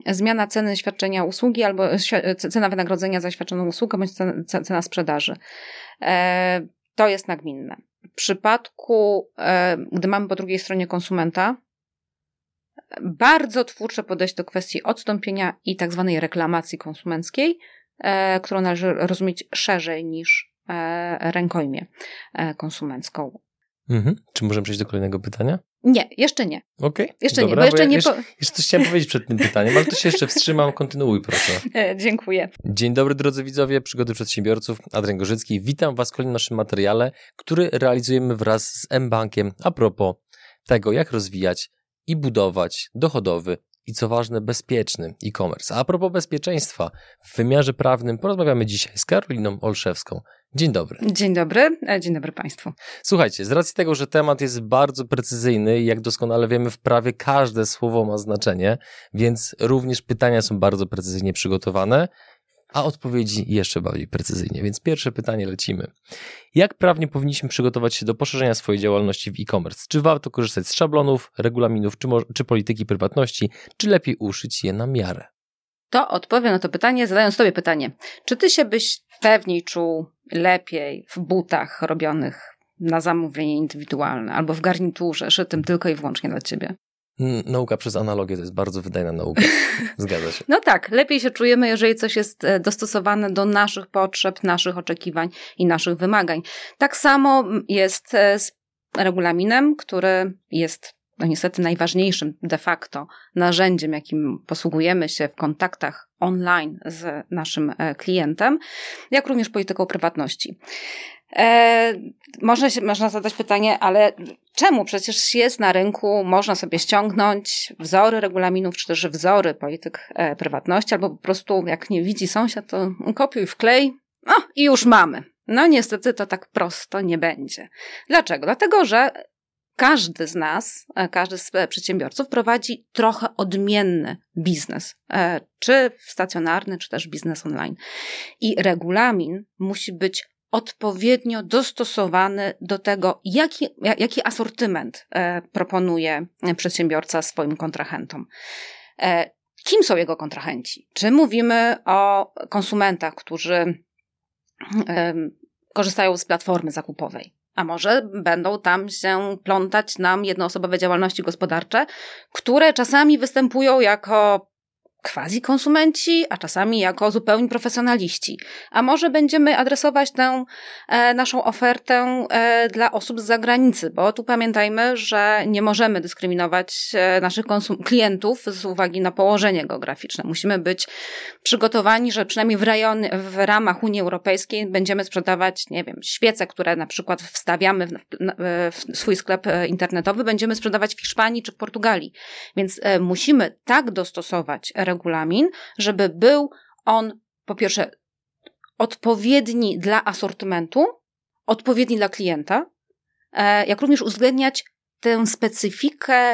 zmiana ceny świadczenia usługi albo cena wynagrodzenia za świadczoną usługę bądź cena sprzedaży. To jest nagminne. W przypadku, gdy mamy po drugiej stronie konsumenta, bardzo twórcze podejść do kwestii odstąpienia i tak zwanej reklamacji konsumenckiej, którą należy rozumieć szerzej niż rękojmię konsumencką. Czy możemy przejść do kolejnego pytania? Nie, jeszcze nie. Okej, jeszcze dobra, nie, bo jeszcze nie... Jeszcze coś chciałem powiedzieć przed tym pytaniem, ale to się jeszcze wstrzymam. Kontynuuj, proszę. Dziękuję. Dzień dobry, drodzy widzowie Przygody Przedsiębiorców. Adrian Gorzycki. Witam Was w kolejnym naszym materiale, który realizujemy wraz z mBankiem a propos tego, jak rozwijać i budować dochodowy i co ważne, bezpieczny e-commerce. A propos bezpieczeństwa w wymiarze prawnym porozmawiamy dzisiaj z Karoliną Olszewską. Dzień dobry. Dzień dobry. Dzień dobry Państwu. Słuchajcie, z racji tego, że temat jest bardzo precyzyjny i jak doskonale wiemy, w prawie każde słowo ma znaczenie, więc również pytania są bardzo precyzyjnie przygotowane, a odpowiedzi jeszcze bardziej precyzyjnie. Więc pierwsze pytanie lecimy. Jak prawnie powinniśmy przygotować się do poszerzenia swojej działalności w e-commerce? Czy warto korzystać z szablonów, regulaminów, czy polityki prywatności, czy lepiej uszyć je na miarę? To odpowiem na to pytanie, zadając Tobie pytanie. Czy Ty się byś pewniej czuł lepiej w butach robionych na zamówienie indywidualne albo w garniturze szytym tylko i wyłącznie dla Ciebie? Nauka przez analogię to jest bardzo wydajna nauka. Zgadza się. No tak, lepiej się czujemy, jeżeli coś jest dostosowane do naszych potrzeb, naszych oczekiwań i naszych wymagań. Tak samo jest z regulaminem, który jest niestety najważniejszym de facto narzędziem, jakim posługujemy się w kontaktach online z naszym klientem, jak również polityką prywatności. Można zadać pytanie, ale czemu? Przecież jest na rynku, można sobie ściągnąć wzory regulaminów, czy też wzory polityk prywatności, albo po prostu jak nie widzi sąsiad, to kopiuj, wklej, i już mamy. No niestety to tak prosto nie będzie. Dlaczego? Dlatego, że każdy z nas, każdy z przedsiębiorców prowadzi trochę odmienny biznes, czy stacjonarny, czy też biznes online. I regulamin musi być odpowiednio dostosowany do tego, jaki asortyment proponuje przedsiębiorca swoim kontrahentom. Kim są jego kontrahenci? Czy mówimy o konsumentach, którzy korzystają z platformy zakupowej? A może będą tam się plątać nam jednoosobowe działalności gospodarcze, które czasami występują jako quasi-konsumenci, a czasami jako zupełni profesjonaliści. A może będziemy adresować tę naszą ofertę dla osób z zagranicy, bo tu pamiętajmy, że nie możemy dyskryminować naszych klientów z uwagi na położenie geograficzne. Musimy być przygotowani, że przynajmniej w ramach Unii Europejskiej będziemy sprzedawać, nie wiem, świece, które na przykład wstawiamy w swój sklep internetowy, będziemy sprzedawać w Hiszpanii czy w Portugalii. Więc musimy tak dostosować regulamin, żeby był on po pierwsze odpowiedni dla asortymentu, odpowiedni dla klienta, jak również uwzględniać tę specyfikę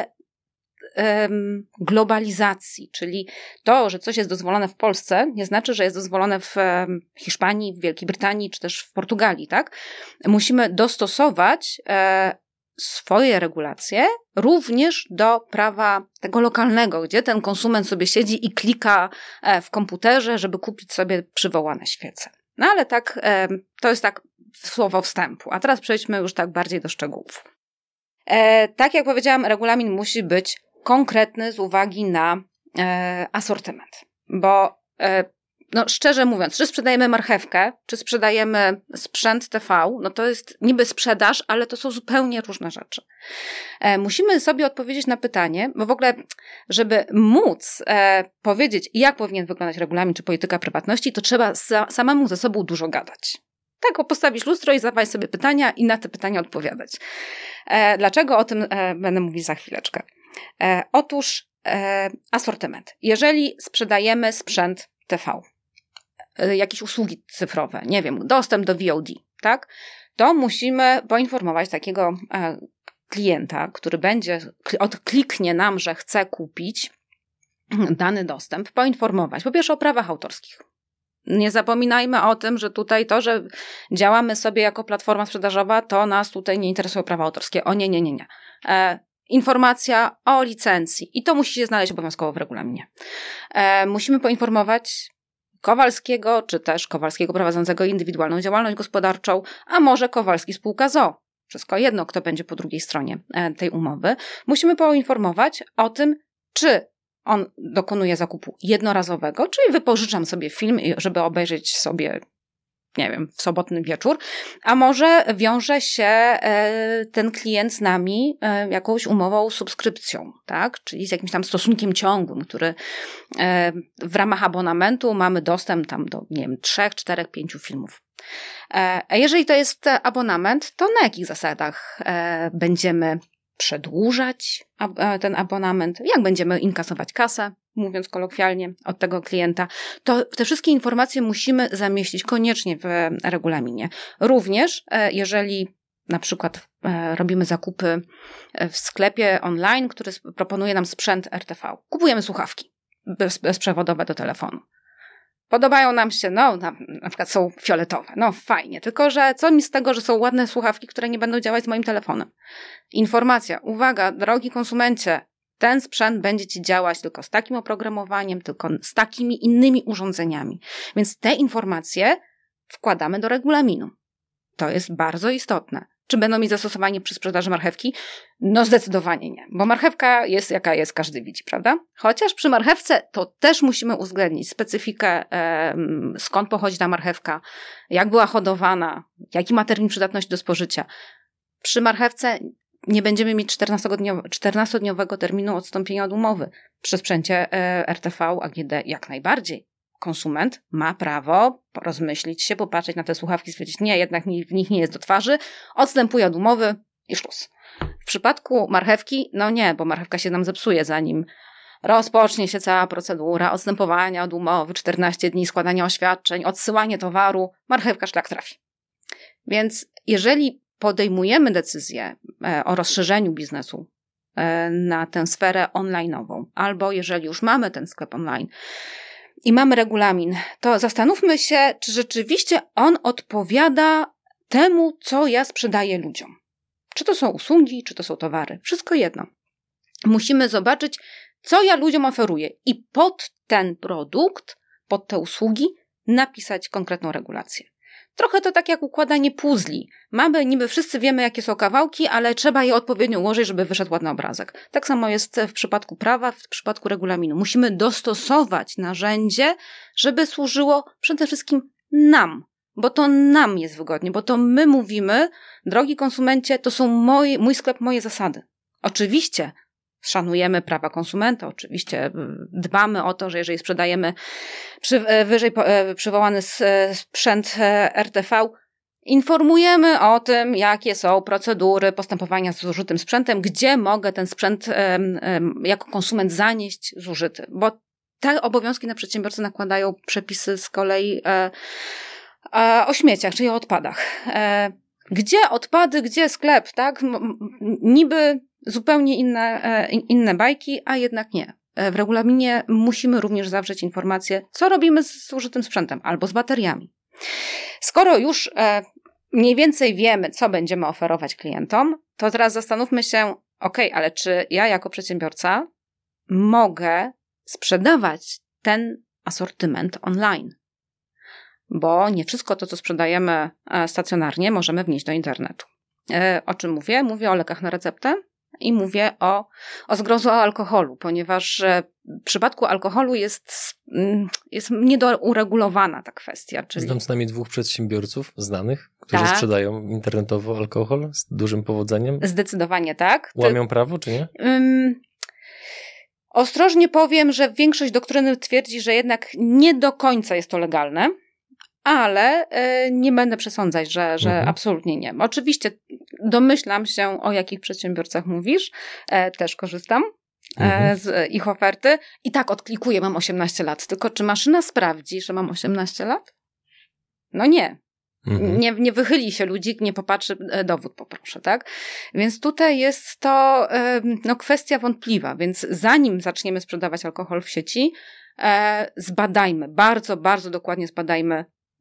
globalizacji, czyli to, że coś jest dozwolone w Polsce, nie znaczy, że jest dozwolone w Hiszpanii, w Wielkiej Brytanii czy też w Portugalii, tak? Musimy dostosować swoje regulacje również do prawa tego lokalnego, gdzie ten konsument sobie siedzi i klika w komputerze, żeby kupić sobie przywołane świece. No ale tak, to jest tak słowo wstępu. A teraz przejdźmy już tak bardziej do szczegółów. Tak jak powiedziałam, regulamin musi być konkretny z uwagi na asortyment, bo no szczerze mówiąc, czy sprzedajemy marchewkę, czy sprzedajemy sprzęt TV, no to jest niby sprzedaż, ale to są zupełnie różne rzeczy. Musimy sobie odpowiedzieć na pytanie, bo w ogóle, żeby móc powiedzieć, jak powinien wyglądać regulamin czy polityka prywatności, to trzeba samemu ze sobą dużo gadać. Tak, postawić lustro i zadawać sobie pytania i na te pytania odpowiadać. Dlaczego? O tym będę mówić za chwileczkę. Otóż asortyment. Jeżeli sprzedajemy sprzęt TV, jakieś usługi cyfrowe, nie wiem, dostęp do VOD, tak? To musimy poinformować takiego klienta, który odkliknie nam, że chce kupić dany dostęp, poinformować po pierwsze o prawach autorskich. Nie zapominajmy o tym, że tutaj to, że działamy sobie jako platforma sprzedażowa, to nas tutaj nie interesują prawa autorskie. O nie. informacja o licencji i to musi się znaleźć obowiązkowo w regulaminie. Musimy poinformować Kowalskiego, czy też Kowalskiego prowadzącego indywidualną działalność gospodarczą, a może Kowalski spółka z o.o. Wszystko jedno, kto będzie po drugiej stronie tej umowy. Musimy poinformować o tym, czy on dokonuje zakupu jednorazowego, czyli wypożyczam sobie film, żeby obejrzeć sobie, nie wiem, w sobotny wieczór, a może wiąże się ten klient z nami jakąś umową, subskrypcją, tak? Czyli z jakimś tam stosunkiem ciągłym, który w ramach abonamentu mamy dostęp tam do, nie wiem, 3, 4, 5 filmów. A jeżeli to jest abonament, to na jakich zasadach będziemy przedłużać ten abonament, jak będziemy inkasować kasę, mówiąc kolokwialnie, od tego klienta, to te wszystkie informacje musimy zamieścić koniecznie w regulaminie. Również jeżeli na przykład robimy zakupy w sklepie online, który proponuje nam sprzęt RTV. Kupujemy słuchawki bezprzewodowe do telefonu. Podobają nam się, na przykład są fioletowe, fajnie, tylko że co mi z tego, że są ładne słuchawki, które nie będą działać z moim telefonem. Informacja, uwaga, drogi konsumencie, ten sprzęt będzie ci działać tylko z takim oprogramowaniem, tylko z takimi innymi urządzeniami. Więc te informacje wkładamy do regulaminu. To jest bardzo istotne. Czy będą mieć zastosowanie przy sprzedaży marchewki? Zdecydowanie nie, bo marchewka jest jaka jest, każdy widzi, prawda? Chociaż przy marchewce to też musimy uwzględnić specyfikę, skąd pochodzi ta marchewka, jak była hodowana, jaki ma termin przydatności do spożycia. Przy marchewce nie będziemy mieć 14-dniowego terminu odstąpienia od umowy. Przy sprzęcie RTV, AGD jak najbardziej. Konsument ma prawo rozmyślić się, popatrzeć na te słuchawki, stwierdzić, nie, jednak w nich nie jest do twarzy, odstępuje od umowy i szluz. W przypadku marchewki, nie, bo marchewka się nam zepsuje, zanim rozpocznie się cała procedura odstępowania od umowy, 14 dni składania oświadczeń, odsyłanie towaru, marchewka szlak trafi. Więc jeżeli podejmujemy decyzję o rozszerzeniu biznesu na tę sferę online'ową, albo jeżeli już mamy ten sklep online i mamy regulamin, to zastanówmy się, czy rzeczywiście on odpowiada temu, co ja sprzedaję ludziom. Czy to są usługi, czy to są towary. Wszystko jedno. Musimy zobaczyć, co ja ludziom oferuję i pod ten produkt, pod te usługi napisać konkretną regulację. Trochę to tak jak układanie puzli. Niby wszyscy wiemy, jakie są kawałki, ale trzeba je odpowiednio ułożyć, żeby wyszedł ładny obrazek. Tak samo jest w przypadku prawa, w przypadku regulaminu. Musimy dostosować narzędzie, żeby służyło przede wszystkim nam, bo to nam jest wygodnie, bo to my mówimy, drogi konsumencie, to są mój sklep, moje zasady. Oczywiście szanujemy prawa konsumenta, oczywiście dbamy o to, że jeżeli sprzedajemy wyżej przywołany sprzęt RTV, informujemy o tym, jakie są procedury postępowania z zużytym sprzętem, gdzie mogę ten sprzęt jako konsument zanieść zużyty, bo te obowiązki na przedsiębiorcę nakładają przepisy z kolei o śmieciach, czyli o odpadach. Gdzie odpady, gdzie sklep, tak? Niby zupełnie inne bajki, a jednak nie. W regulaminie musimy również zawrzeć informację, co robimy z zużytym sprzętem albo z bateriami. Skoro już mniej więcej wiemy, co będziemy oferować klientom, to teraz zastanówmy się, ale czy ja jako przedsiębiorca mogę sprzedawać ten asortyment online? Bo nie wszystko to, co sprzedajemy stacjonarnie, możemy wnieść do internetu. O czym mówię? Mówię o lekach na receptę i mówię o zgrozu o alkoholu, ponieważ w przypadku alkoholu jest niedouregulowana ta kwestia. Czyli... Znam co najmniej 2 przedsiębiorców znanych, którzy sprzedają internetowo alkohol z dużym powodzeniem. Zdecydowanie tak. Łamią prawo, czy nie? Ostrożnie powiem, że większość doktryny twierdzi, że jednak nie do końca jest to legalne. Ale nie będę przesądzać, że absolutnie nie. Oczywiście domyślam się, o jakich przedsiębiorcach mówisz. Też korzystam z ich oferty. I tak odklikuję, mam 18 lat. Tylko czy maszyna sprawdzi, że mam 18 lat? Nie. Nie wychyli się ludzik, nie popatrzy, dowód poproszę, tak? Więc tutaj jest to kwestia wątpliwa. Więc zanim zaczniemy sprzedawać alkohol w sieci, zbadajmy, bardzo, bardzo dokładnie zbadajmy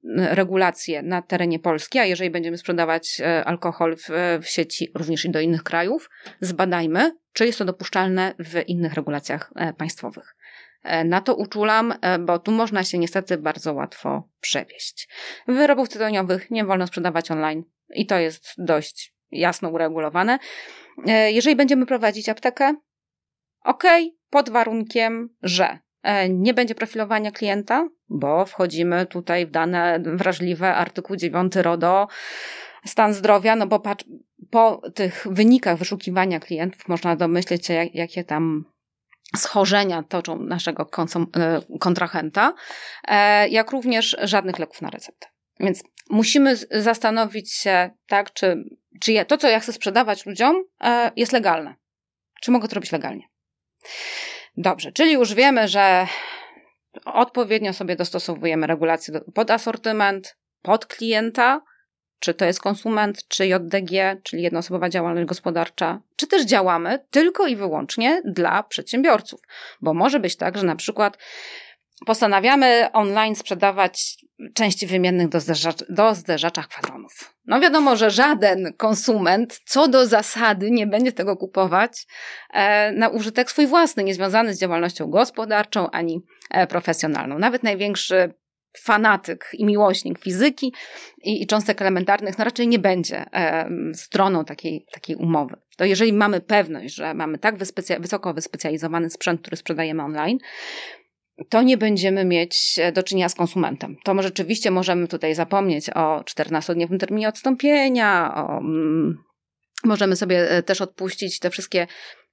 regulacje na terenie Polski, a jeżeli będziemy sprzedawać alkohol w sieci również i do innych krajów, zbadajmy, czy jest to dopuszczalne w innych regulacjach państwowych. Na to uczulam, bo tu można się niestety bardzo łatwo przewieźć. Wyrobów tytoniowych nie wolno sprzedawać online i to jest dość jasno uregulowane. Jeżeli będziemy prowadzić aptekę, pod warunkiem, że nie będzie profilowania klienta, bo wchodzimy tutaj w dane wrażliwe, artykuł 9 RODO, stan zdrowia, no bo po tych wynikach wyszukiwania klientów można domyśleć się, jakie tam schorzenia toczą naszego kontrahenta, jak również żadnych leków na receptę. Więc musimy zastanowić się, tak, czy to, co ja chcę sprzedawać ludziom, jest legalne. Czy mogę to robić legalnie? Dobrze, czyli już wiemy, że odpowiednio sobie dostosowujemy regulacje pod asortyment, pod klienta, czy to jest konsument, czy JDG, czyli jednoosobowa działalność gospodarcza, czy też działamy tylko i wyłącznie dla przedsiębiorców. Bo może być tak, że na przykład postanawiamy online sprzedawać części wymiennych do zderzacza kwadronów. No wiadomo, że żaden konsument co do zasady nie będzie tego kupować na użytek swój własny, niezwiązany z działalnością gospodarczą ani profesjonalną. Nawet największy fanatyk i miłośnik fizyki i cząstek elementarnych raczej nie będzie stroną takiej umowy. To jeżeli mamy pewność, że mamy tak wysoko wyspecjalizowany sprzęt, który sprzedajemy online, to nie będziemy mieć do czynienia z konsumentem. To rzeczywiście możemy tutaj zapomnieć o 14-dniowym terminie odstąpienia, możemy sobie też odpuścić te wszystkie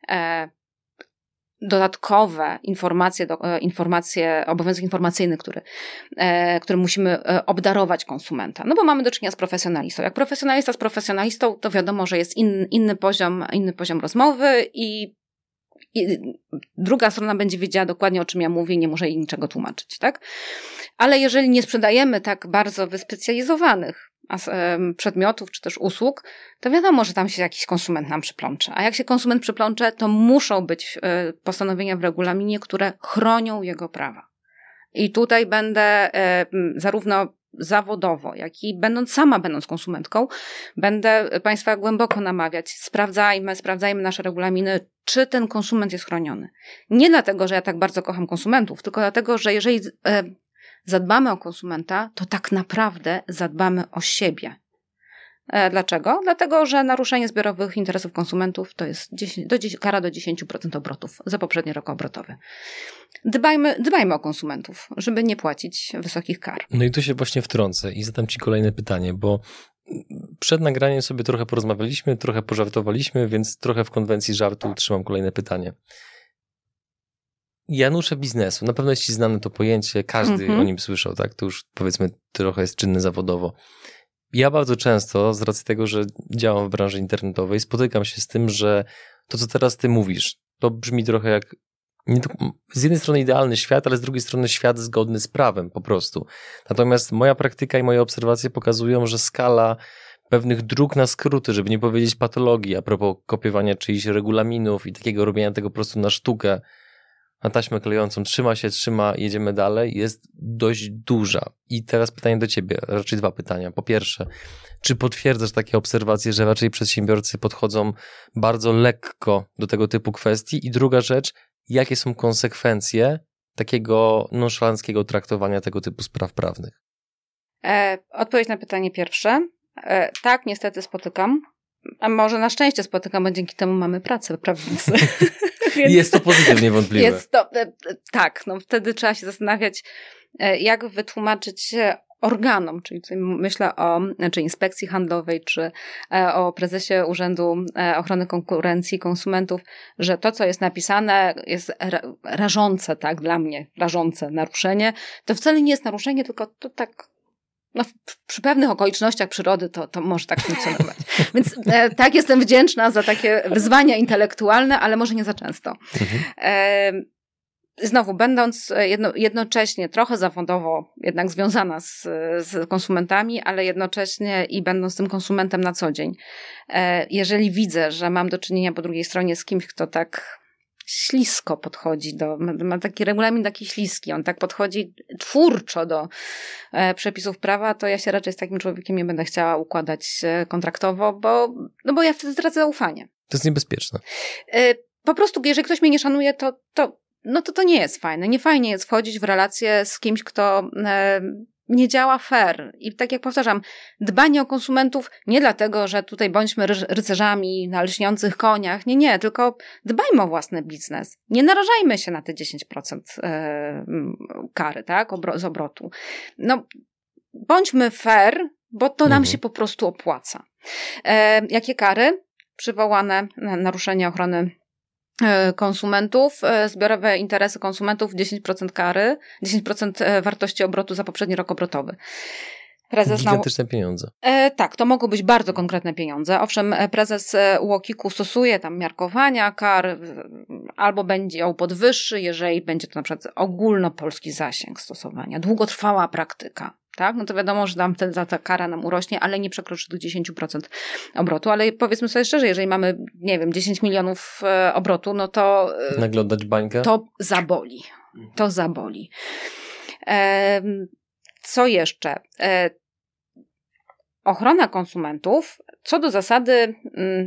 dodatkowe informacje, obowiązek informacyjny, który musimy obdarować konsumenta. No bo mamy do czynienia z profesjonalistą. Jak profesjonalista z profesjonalistą, to wiadomo, że jest inny poziom rozmowy i druga strona będzie wiedziała dokładnie, o czym ja mówię i nie muszę jej niczego tłumaczyć, tak? Ale jeżeli nie sprzedajemy tak bardzo wyspecjalizowanych przedmiotów czy też usług, to wiadomo, że tam się jakiś konsument nam przyplącze. A jak się konsument przyplącze, to muszą być postanowienia w regulaminie, które chronią jego prawa. I tutaj będę zarówno zawodowo, jak i będąc konsumentką, będę Państwa głęboko namawiać. Sprawdzajmy nasze regulaminy, czy ten konsument jest chroniony. Nie dlatego, że ja tak bardzo kocham konsumentów, tylko dlatego, że jeżeli zadbamy o konsumenta, to tak naprawdę zadbamy o siebie. Dlaczego? Dlatego, że naruszenie zbiorowych interesów konsumentów to jest kara do 10% obrotów za poprzedni rok obrotowy. Dbajmy o konsumentów, żeby nie płacić wysokich kar. No i tu się właśnie wtrącę i zadam Ci kolejne pytanie, bo przed nagraniem sobie trochę porozmawialiśmy, trochę pożartowaliśmy, więc trochę w konwencji żartu utrzymam kolejne pytanie. Janusze biznesu. Na pewno jest Ci znane to pojęcie, każdy o nim słyszał, tak? To już powiedzmy trochę jest czynny zawodowo. Ja bardzo często, z racji tego, że działam w branży internetowej, spotykam się z tym, że to, co teraz Ty mówisz, to brzmi trochę jak z jednej strony idealny świat, ale z drugiej strony świat zgodny z prawem po prostu. Natomiast moja praktyka i moje obserwacje pokazują, że skala pewnych dróg na skróty, żeby nie powiedzieć patologii, a propos kopiowania czyichś regulaminów i takiego robienia tego po prostu na sztukę, na taśmę klejącą, trzyma, jedziemy dalej, jest dość duża. I teraz pytanie do Ciebie, raczej dwa pytania. Po pierwsze, czy potwierdzasz takie obserwacje, że raczej przedsiębiorcy podchodzą bardzo lekko do tego typu kwestii? I druga rzecz, jakie są konsekwencje takiego nonszalanckiego traktowania tego typu spraw prawnych? Odpowiedź na pytanie pierwsze. Tak, niestety spotykam. A może na szczęście spotykam, bo dzięki temu mamy pracę prawnicy. Jest to pozytywnie wątpliwe. Tak, no wtedy trzeba się zastanawiać, jak wytłumaczyć organom, czyli tutaj myślę czy inspekcji handlowej, czy o prezesie Urzędu Ochrony Konkurencji i Konsumentów, że to, co jest napisane, jest rażące, tak, dla mnie, rażące naruszenie. To wcale nie jest naruszenie, tylko to tak, no, przy pewnych okolicznościach przyrody to może tak funkcjonować. Więc tak, jestem wdzięczna za takie wyzwania intelektualne, ale może nie za często. Znowu, będąc jednocześnie trochę zawodowo jednak związana z konsumentami, ale jednocześnie i będąc tym konsumentem na co dzień, jeżeli widzę, że mam do czynienia po drugiej stronie z kimś, kto tak ślisko podchodzi ma taki regulamin taki śliski, on tak podchodzi twórczo do przepisów prawa, to ja się raczej z takim człowiekiem nie będę chciała układać kontraktowo, bo ja wtedy tracę zaufanie. To jest niebezpieczne. Po prostu, jeżeli ktoś mnie nie szanuje, to nie jest fajne. Nie fajnie jest wchodzić w relację z kimś, kto nie działa fair. I tak jak powtarzam, dbanie o konsumentów nie dlatego, że tutaj bądźmy rycerzami na lśniących koniach. Nie, tylko dbajmy o własny biznes. Nie narażajmy się na te 10% kary, tak, z obrotu. No, bądźmy fair, bo to nam się po prostu opłaca. Jakie kary? Przywołane naruszenie ochrony konsumentów, zbiorowe interesy konsumentów, 10% kary, 10% wartości obrotu za poprzedni rok obrotowy. Gigantyczne pieniądze. Tak, to mogą być bardzo konkretne pieniądze. Owszem, prezes UOKiK-u stosuje tam miarkowania kar, albo będzie ją podwyższy, jeżeli będzie to na przykład ogólnopolski zasięg stosowania, długotrwała praktyka. Tak? No to wiadomo, że tam ta kara nam urośnie, ale nie przekroczy tych 10% obrotu. Ale powiedzmy sobie szczerze, jeżeli mamy, 10 milionów obrotu, no to... Nagle oddać bańkę? To zaboli. To zaboli. Co jeszcze? Ochrona konsumentów. Co do zasady,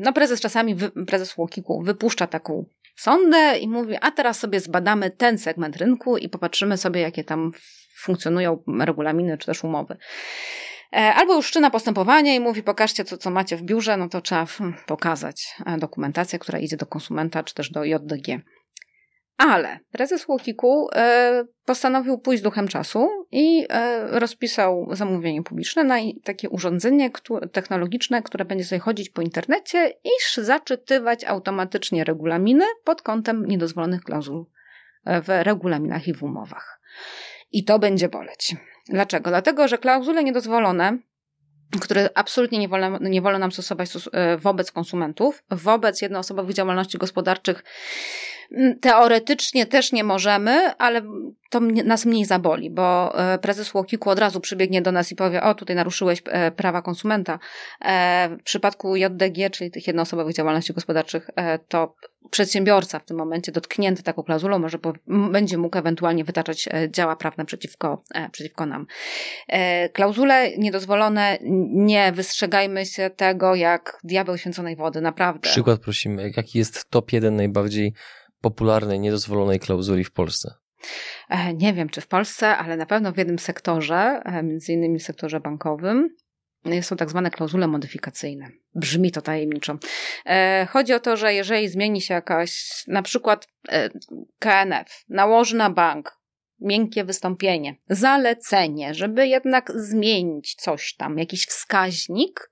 prezes UOKiK-u wypuszcza taką sondę i mówi, a teraz sobie zbadamy ten segment rynku i popatrzymy sobie, jakie tam funkcjonują regulaminy czy też umowy. Albo już wszczyna postępowanie i mówi, pokażcie co macie w biurze, no to trzeba pokazać dokumentację, która idzie do konsumenta czy też do JDG. Ale prezes UOKiK-u postanowił pójść duchem czasu i rozpisał zamówienie publiczne na takie urządzenie technologiczne, które będzie sobie chodzić po internecie i zaczytywać automatycznie regulaminy pod kątem niedozwolonych klauzul w regulaminach i w umowach. I to będzie boleć. Dlaczego? Dlatego, że klauzule niedozwolone, które absolutnie nie wolno nam stosować wobec konsumentów, wobec jednoosobowych działalności gospodarczych teoretycznie też nie możemy, ale to nas mniej zaboli, bo prezes UOKiK-u od razu przybiegnie do nas i powie, tutaj naruszyłeś prawa konsumenta. W przypadku JDG, czyli tych jednoosobowych działalności gospodarczych, to przedsiębiorca w tym momencie dotknięty taką klauzulą będzie mógł ewentualnie wytaczać działa prawne przeciwko nam. Klauzule niedozwolone, nie wystrzegajmy się tego jak diabeł święconej wody, naprawdę. Przykład prosimy, jaki jest top 1 najbardziej popularnej, niedozwolonej klauzuli w Polsce? Nie wiem, czy w Polsce, ale na pewno w jednym sektorze, między innymi w sektorze bankowym, są tak zwane klauzule modyfikacyjne. Brzmi to tajemniczo. Chodzi o to, że jeżeli zmieni się jakaś, na przykład KNF, nałoży na bank miękkie wystąpienie, zalecenie, żeby jednak zmienić coś tam, jakiś wskaźnik,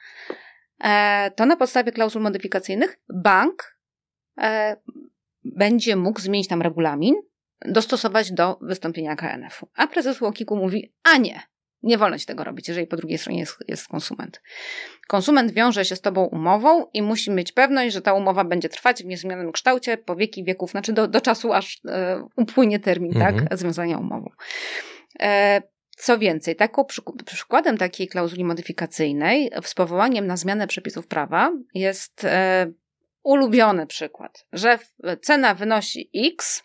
to na podstawie klauzul modyfikacyjnych bank będzie mógł zmienić tam regulamin, dostosować do wystąpienia KNF-u. A prezes UOKiK-u mówi, nie wolno ci tego robić, jeżeli po drugiej stronie jest konsument. Konsument wiąże się z tobą umową i musi mieć pewność, że ta umowa będzie trwać w niezmienionym kształcie po wieki wieków, znaczy do czasu, aż upłynie termin tak, związania umową. Co więcej, przykładem takiej klauzuli modyfikacyjnej z powołaniem na zmianę przepisów prawa jest ulubiony przykład, że cena wynosi X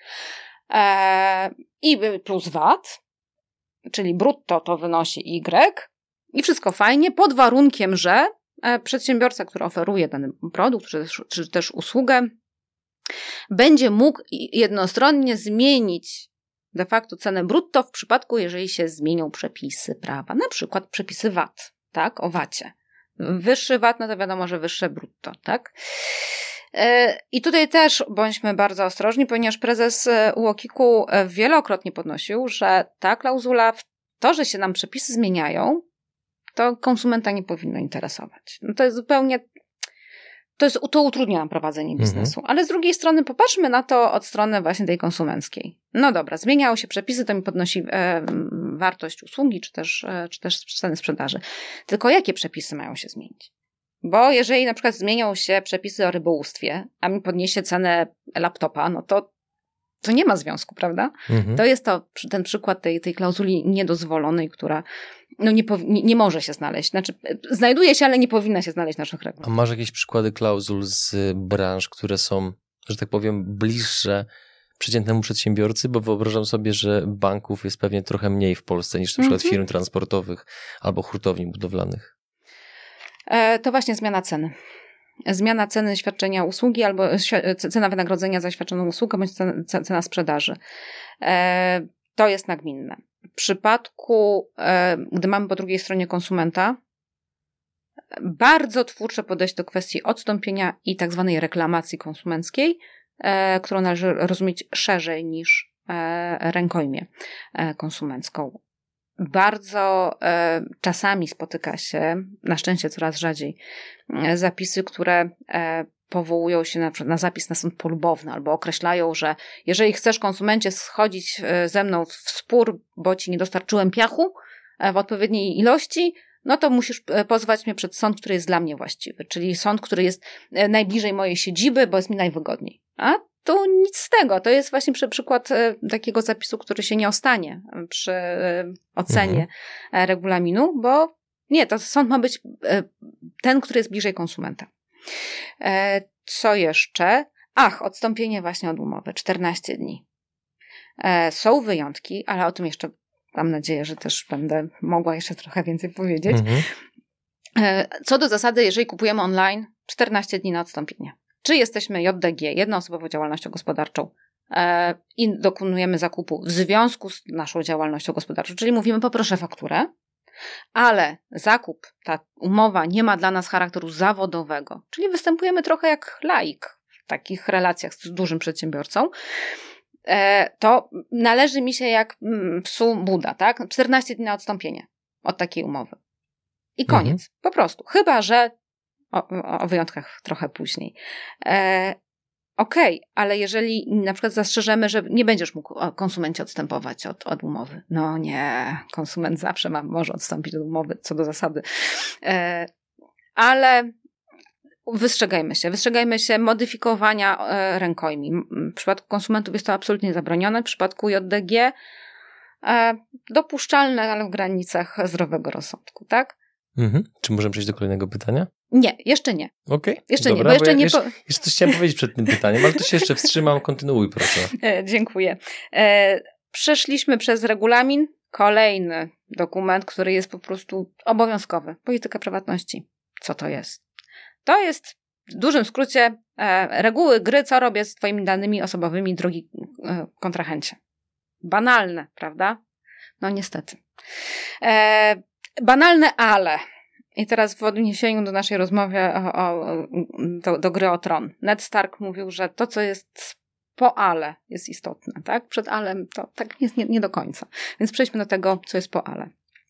i plus VAT, czyli brutto to wynosi Y i wszystko fajnie, pod warunkiem, że przedsiębiorca, który oferuje dany produkt czy też usługę, będzie mógł jednostronnie zmienić de facto cenę brutto w przypadku, jeżeli się zmienią przepisy prawa, na przykład przepisy VAT, tak, o VAT-cie. Wyższy VAT, no to wiadomo, że wyższe brutto, tak? I tutaj też bądźmy bardzo ostrożni, ponieważ prezes UOKiK-u wielokrotnie podnosił, że ta klauzula, to, że się nam przepisy zmieniają, to konsumenta nie powinno interesować. No to jest zupełnie, to utrudnia nam prowadzenie biznesu. Ale z drugiej strony popatrzmy na to od strony właśnie tej konsumenckiej. No dobra, zmieniają się przepisy, to mi podnosi wartość usługi, czy też ceny sprzedaży. Tylko jakie przepisy mają się zmienić? Bo jeżeli na przykład zmienią się przepisy o rybołówstwie, a mi podniesie cenę laptopa, no to nie ma związku, prawda? To jest ten przykład tej klauzuli niedozwolonej, która nie może się znaleźć. Znaczy, znajduje się, ale nie powinna się znaleźć w naszych regulach. A masz jakieś przykłady klauzul z branż, które są że tak powiem, bliższe przeciętnemu przedsiębiorcy, bo wyobrażam sobie, że banków jest pewnie trochę mniej w Polsce niż na przykład firm transportowych albo hurtowni budowlanych. To właśnie zmiana ceny. Zmiana ceny świadczenia usługi albo cena wynagrodzenia za świadczoną usługę bądź cena sprzedaży. To jest nagminne. W przypadku, gdy mamy po drugiej stronie konsumenta, bardzo twórcze podejść do kwestii odstąpienia i tak zwanej reklamacji konsumenckiej, którą należy rozumieć szerzej niż rękojmię konsumencką. Bardzo czasami spotyka się, na szczęście coraz rzadziej, zapisy, które powołują się na przykład na zapis na sąd polubowny albo określają, że jeżeli chcesz, konsumencie, schodzić ze mną w spór, bo ci nie dostarczyłem piachu w odpowiedniej ilości, no to musisz pozwać mnie przed sąd, który jest dla mnie właściwy, czyli sąd, który jest najbliżej mojej siedziby, bo jest mi najwygodniej. A tu nic z tego. To jest właśnie przykład takiego zapisu, który się nie ostanie przy ocenie regulaminu, bo nie, to sąd ma być ten, który jest bliżej konsumenta. Co jeszcze? Odstąpienie właśnie od umowy. 14 dni. Są wyjątki, ale o tym jeszcze mam nadzieję, że też będę mogła jeszcze trochę więcej powiedzieć. Co do zasady, jeżeli kupujemy online, 14 dni na odstąpienie. Czy jesteśmy JDG, jednoosobową działalnością gospodarczą i dokonujemy zakupu w związku z naszą działalnością gospodarczą, czyli mówimy poproszę fakturę, ale zakup, ta umowa nie ma dla nas charakteru zawodowego, czyli występujemy trochę jak laik w takich relacjach z dużym przedsiębiorcą, to należy mi się jak psu Buda, tak? 14 dni na odstąpienie od takiej umowy. I koniec. Po prostu. Chyba że o wyjątkach trochę później. Okej, ale jeżeli na przykład zastrzeżemy, że nie będziesz mógł konsumencie odstępować od umowy. No nie, konsument zawsze może odstąpić od umowy, co do zasady. Ale wystrzegajmy się modyfikowania rękojmi. W przypadku konsumentów jest to absolutnie zabronione, w przypadku JDG dopuszczalne, ale w granicach zdrowego rozsądku, tak? Czy możemy przejść do kolejnego pytania? Nie, jeszcze nie. Okej. Jeszcze dobra, nie, bo jeszcze nie... Jeszcze coś chciałem powiedzieć przed tym pytaniem, ale to się jeszcze wstrzymam, kontynuuj proszę. Dziękuję. Przeszliśmy przez regulamin, kolejny dokument, który jest po prostu obowiązkowy. Polityka prywatności. Co to jest? To jest w dużym skrócie reguły gry, co robię z twoimi danymi osobowymi, drogi kontrahencie. Banalne, prawda? No niestety. Banalne, ale... I teraz w odniesieniu do naszej rozmowy do gry o tron. Ned Stark mówił, że to, co jest po ale, jest istotne, tak? Przed alem to tak jest nie do końca. Więc przejdźmy do tego, co jest po ale.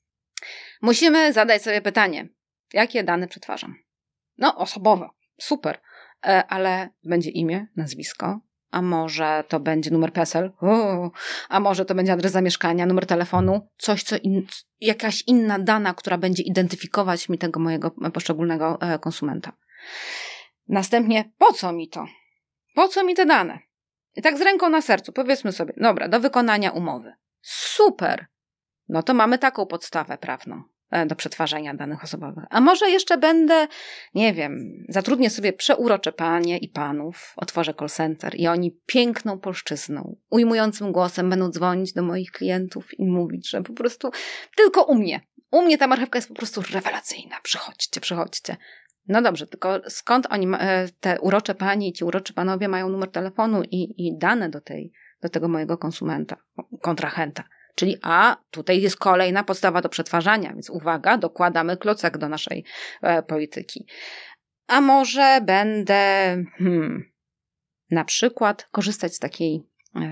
Musimy zadać sobie pytanie, jakie dane przetwarzam? No, osobowe, super, ale będzie imię, nazwisko, a może to będzie numer PESEL, a może to będzie adres zamieszkania, numer telefonu, coś, jakaś inna dana, która będzie identyfikować mi tego mojego poszczególnego konsumenta. Następnie, po co mi to? Po co mi te dane? I tak z ręką na sercu, powiedzmy sobie, dobra, do wykonania umowy. Super! No to mamy taką podstawę prawną do przetwarzania danych osobowych. A może jeszcze będę, nie wiem, zatrudnię sobie przeurocze panie i panów, otworzę call center i oni piękną polszczyzną, ujmującym głosem będą dzwonić do moich klientów i mówić, że po prostu tylko u mnie ta marchewka jest po prostu rewelacyjna. Przychodźcie. No dobrze, tylko skąd oni, te urocze panie i ci uroczy panowie mają numer telefonu i dane do tego mojego konsumenta, kontrahenta? Czyli tutaj jest kolejna podstawa do przetwarzania, więc uwaga, dokładamy klocek do naszej polityki. A może będę na przykład korzystać z takiej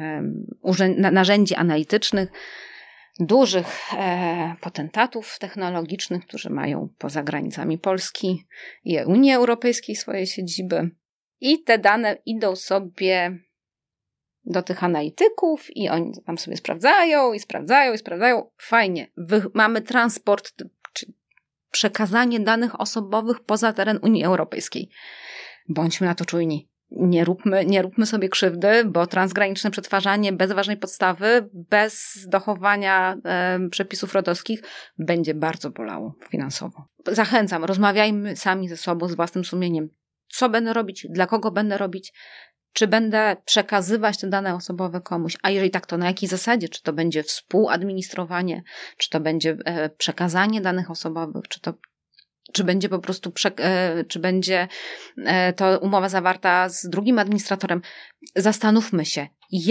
narzędzi analitycznych, dużych potentatów technologicznych, którzy mają poza granicami Polski i Unii Europejskiej swoje siedziby. I te dane idą sobie do tych analityków i oni tam sobie sprawdzają. Fajnie. Mamy transport, czy przekazanie danych osobowych poza teren Unii Europejskiej. Bądźmy na to czujni. Nie róbmy sobie krzywdy, bo transgraniczne przetwarzanie bez ważnej podstawy, bez dochowania przepisów RODOS-kich będzie bardzo bolało finansowo. Zachęcam, rozmawiajmy sami ze sobą, z własnym sumieniem. Co będę robić, dla kogo będę robić, czy będę przekazywać te dane osobowe komuś, a jeżeli tak, to na jakiej zasadzie? Czy to będzie współadministrowanie, czy to będzie przekazanie danych osobowych, czy będzie po prostu, czy będzie to umowa zawarta z drugim administratorem? Zastanówmy się,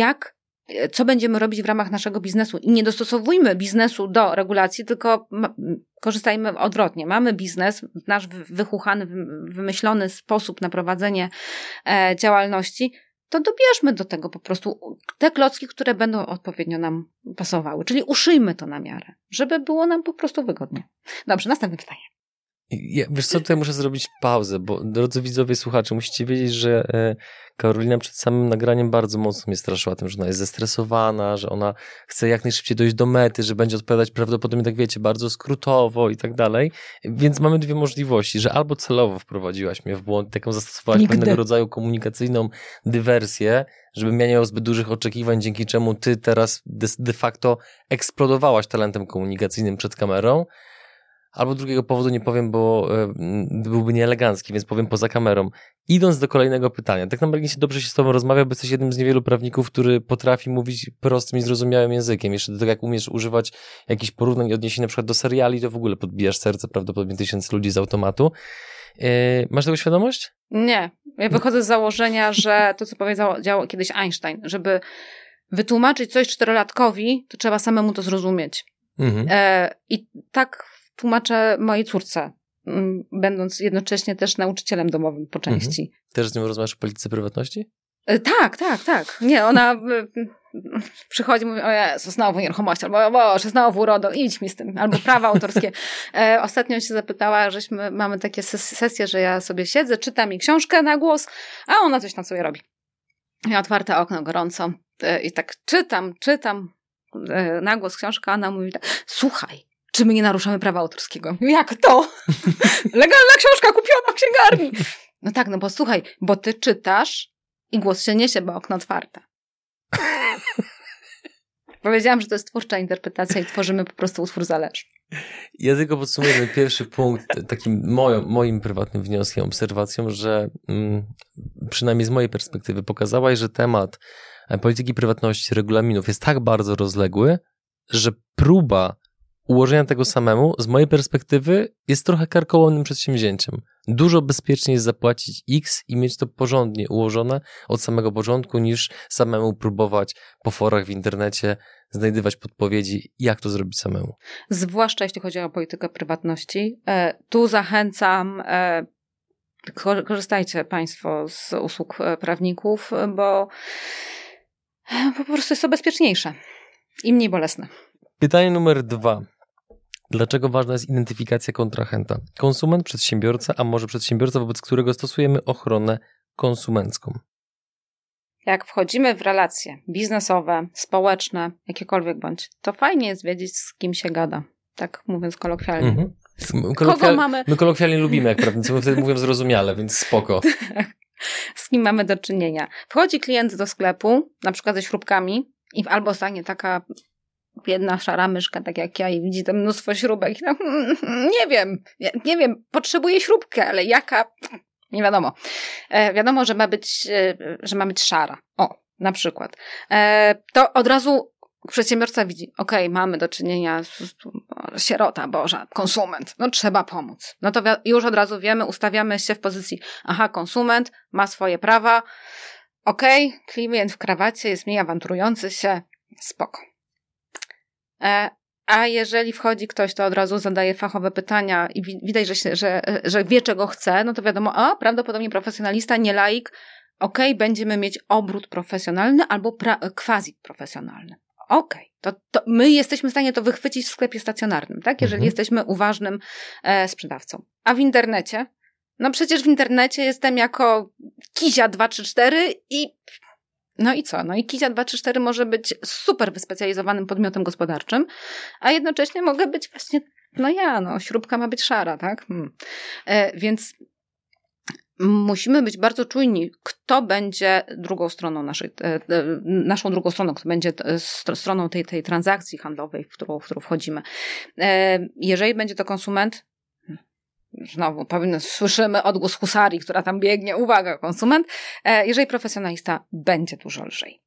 co będziemy robić w ramach naszego biznesu i nie dostosowujmy biznesu do regulacji, tylko korzystajmy odwrotnie. Mamy biznes, nasz wychuchany, wymyślony sposób na prowadzenie działalności, to dobierzmy do tego po prostu te klocki, które będą odpowiednio nam pasowały. Czyli uszyjmy to na miarę, żeby było nam po prostu wygodnie. Dobrze, następne pytanie. Wiesz co, tutaj muszę zrobić pauzę, bo drodzy widzowie, słuchacze, musicie wiedzieć, że Karolina przed samym nagraniem bardzo mocno mnie straszyła tym, że ona jest zestresowana, że ona chce jak najszybciej dojść do mety, że będzie odpowiadać prawdopodobnie, tak wiecie, bardzo skrótowo i tak dalej. Więc mamy dwie możliwości, że albo celowo wprowadziłaś mnie w błąd, taką zastosowałaś pewnego rodzaju komunikacyjną dywersję, żebym ja nie miał zbyt dużych oczekiwań, dzięki czemu ty teraz de facto eksplodowałaś talentem komunikacyjnym przed kamerą. Albo drugiego powodu nie powiem, bo byłby nieelegancki, więc powiem poza kamerą. Idąc do kolejnego pytania, tak naprawdę dobrze się z tobą rozmawia, bo jesteś jednym z niewielu prawników, który potrafi mówić prostym i zrozumiałym językiem. Jeszcze do tego, jak umiesz używać jakichś porównań i odniesień na przykład do seriali, to w ogóle podbijasz serce prawdopodobnie 1000 ludzi z automatu. Masz tego świadomość? Nie. Ja wychodzę z założenia, że to, co powiedział kiedyś Einstein, żeby wytłumaczyć coś 4-latkowi, to trzeba samemu to zrozumieć. I tak tłumaczę mojej córce, będąc jednocześnie też nauczycielem domowym po części. Też z nią rozmawiasz o polityce prywatności? Tak. Nie, ona przychodzi i mówi, o Jezu, znowu nieruchomość, albo o Boże, znowu RODO, idź mi z tym, albo prawa autorskie. Ostatnio się zapytała, mamy takie sesje, że ja sobie siedzę, czytam jej książkę na głos, a ona coś tam sobie robi. Ja otwarte okno, gorąco i tak czytam na głos książkę, a ona mówi tak, słuchaj, czy my nie naruszamy prawa autorskiego? Jak to? Legalna książka kupiona w księgarni. No tak, no bo słuchaj, bo ty czytasz i głos się niesie, bo okno otwarte. Powiedziałam, że to jest twórcza interpretacja i tworzymy po prostu utwór zależny. Ja tylko podsumuję ten pierwszy punkt takim moim prywatnym wnioskiem, obserwacją, że przynajmniej z mojej perspektywy pokazałaś, że temat polityki prywatności, regulaminów jest tak bardzo rozległy, że próba ułożenia tego samemu, z mojej perspektywy, jest trochę karkołomnym przedsięwzięciem. Dużo bezpieczniej jest zapłacić X i mieć to porządnie ułożone od samego początku, niż samemu próbować po forach w internecie znajdywać podpowiedzi, jak to zrobić samemu. Zwłaszcza jeśli chodzi o politykę prywatności. Tu zachęcam, korzystajcie Państwo z usług prawników, bo po prostu jest to bezpieczniejsze i mniej bolesne. Pytanie numer 2. Dlaczego ważna jest identyfikacja kontrahenta? Konsument, przedsiębiorca, a może przedsiębiorca, wobec którego stosujemy ochronę konsumencką? Jak wchodzimy w relacje biznesowe, społeczne, jakiekolwiek bądź, to fajnie jest wiedzieć, z kim się gada. Tak mówiąc kolokwialnie. Kogo mamy? My kolokwialnie lubimy, jak prawnicy, my wtedy mówią zrozumiale, więc spoko. Z kim mamy do czynienia? Wchodzi klient do sklepu, na przykład ze śrubkami i albo stanie taka biedna szara myszka, tak jak ja, i widzi tam mnóstwo śrubek. No, nie wiem, potrzebuję śrubkę, ale jaka? Nie wiadomo. Wiadomo, że ma być szara. O, na przykład. To od razu przedsiębiorca widzi, okej, mamy do czynienia z sierota Boża, konsument, no trzeba pomóc. No to już od razu wiemy, ustawiamy się w pozycji, konsument ma swoje prawa, klient w krawacie jest mniej awanturujący się, spoko. A jeżeli wchodzi ktoś, to od razu zadaje fachowe pytania i widać, że wie, czego chce, no to wiadomo, prawdopodobnie profesjonalista, nie laik, będziemy mieć obrót profesjonalny albo quasi-profesjonalny. To my jesteśmy w stanie to wychwycić w sklepie stacjonarnym, tak? Jeżeli jesteśmy uważnym sprzedawcą. A w internecie? No przecież w internecie jestem jako Kizia 234 i... No i co? No i Kizia 234 może być super wyspecjalizowanym podmiotem gospodarczym, a jednocześnie mogę być właśnie, śrubka ma być szara, tak? Więc musimy być bardzo czujni, kto będzie drugą stroną naszą drugą stroną, kto będzie stroną tej transakcji handlowej, w którą wchodzimy. Jeżeli będzie to konsument, znowu słyszymy odgłos husarii, która tam biegnie, uwaga, konsument, jeżeli profesjonalista będzie dużo lżej.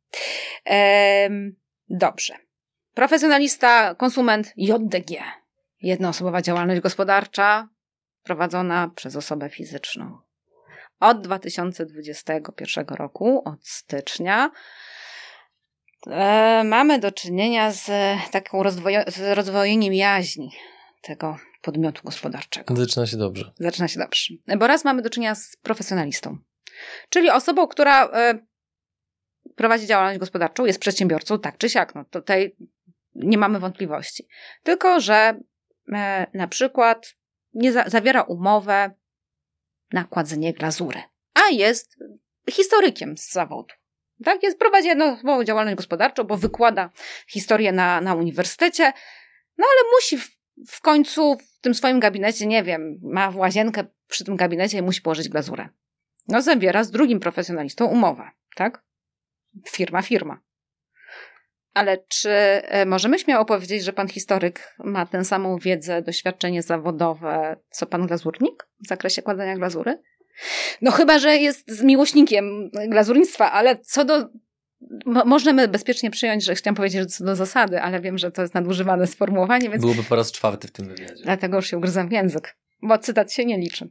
Dobrze. Profesjonalista, konsument, JDG. Jednoosobowa działalność gospodarcza prowadzona przez osobę fizyczną. Od 2021 roku, od stycznia, mamy do czynienia z taką rozdwojeniem jaźni tego podmiotu gospodarczego. Zaczyna się dobrze. Zaczyna się dobrze. Bo raz mamy do czynienia z profesjonalistą, czyli osobą, która prowadzi działalność gospodarczą, jest przedsiębiorcą, tak czy siak. No, tutaj nie mamy wątpliwości. Tylko, że na przykład nie zawiera umowę na kładzenie glazury, a jest historykiem z zawodu. Tak? Prowadzi jednoosobową działalność gospodarczą, bo wykłada historię na uniwersytecie, no ale musi w końcu w tym swoim gabinecie, nie wiem, ma łazienkę przy tym gabinecie i musi położyć glazurę. No zawiera z drugim profesjonalistą umowę, tak? Firma. Ale czy możemy śmiało powiedzieć, że pan historyk ma tę samą wiedzę, doświadczenie zawodowe, co pan glazurnik w zakresie kładzenia glazury? No chyba, że jest miłośnikiem glazurnictwa, ale co do... Możemy bezpiecznie przyjąć, że chciałam powiedzieć, że co do zasady, ale wiem, że to jest nadużywane sformułowanie, więc... Byłoby po raz 4 w tym wywiadzie. Dlatego już się ugryzam w język, bo cytat się nie liczy.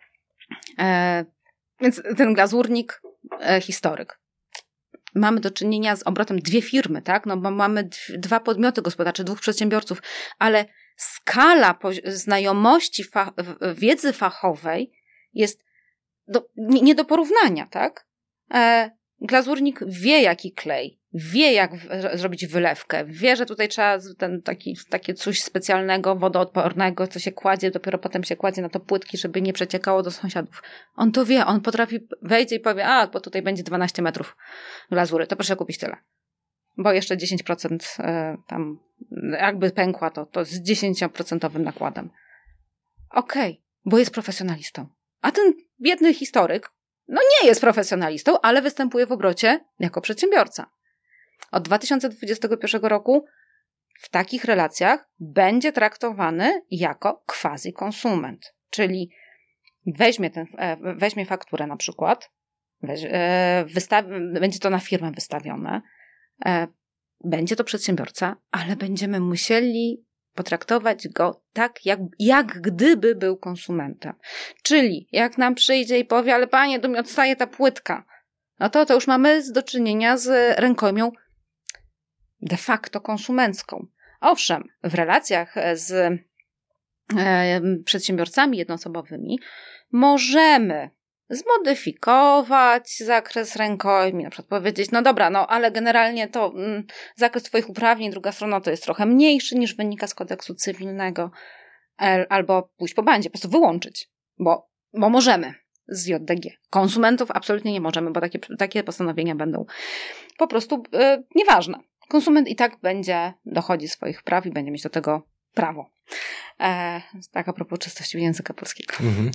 Więc ten glazurnik, historyk. Mamy do czynienia z obrotem 2 firmy, tak? No bo mamy 2 podmioty gospodarcze, 2 przedsiębiorców, ale skala znajomości wiedzy fachowej jest nie do porównania, tak? Glazurnik wie, jaki klej, wie, jak zrobić wylewkę, wie, że tutaj trzeba takie coś specjalnego, wodoodpornego, co się kładzie, dopiero potem się kładzie na to płytki, żeby nie przeciekało do sąsiadów. On to wie, on potrafi wejdzie i powie, bo tutaj będzie 12 metrów glazury, to proszę kupić tyle. Bo jeszcze 10% tam jakby pękła, to z 10% nakładem. Okej, bo jest profesjonalistą. A ten biedny historyk, no nie jest profesjonalistą, ale występuje w obrocie jako przedsiębiorca. Od 2021 roku w takich relacjach będzie traktowany jako quasi-konsument. Czyli weźmie fakturę na przykład, będzie to na firmę wystawione, będzie to przedsiębiorca, ale będziemy musieli potraktować go tak, jak gdyby był konsumentem. Czyli jak nam przyjdzie i powie, ale panie, tu mi odstaje ta płytka, no to już mamy do czynienia z rękojmią de facto konsumencką. Owszem, w relacjach z przedsiębiorcami jednoosobowymi możemy zmodyfikować zakres rękojmi, na przykład powiedzieć, no dobra, no ale generalnie to zakres twoich uprawnień, druga strona to jest trochę mniejszy niż wynika z kodeksu cywilnego, albo pójść po bandzie, po prostu wyłączyć, bo możemy z JDG. Konsumentów absolutnie nie możemy, bo takie postanowienia będą po prostu nieważne. Konsument i tak dochodzi swoich praw i będzie mieć do tego prawo. Tak a propos czystości języka polskiego. Mhm.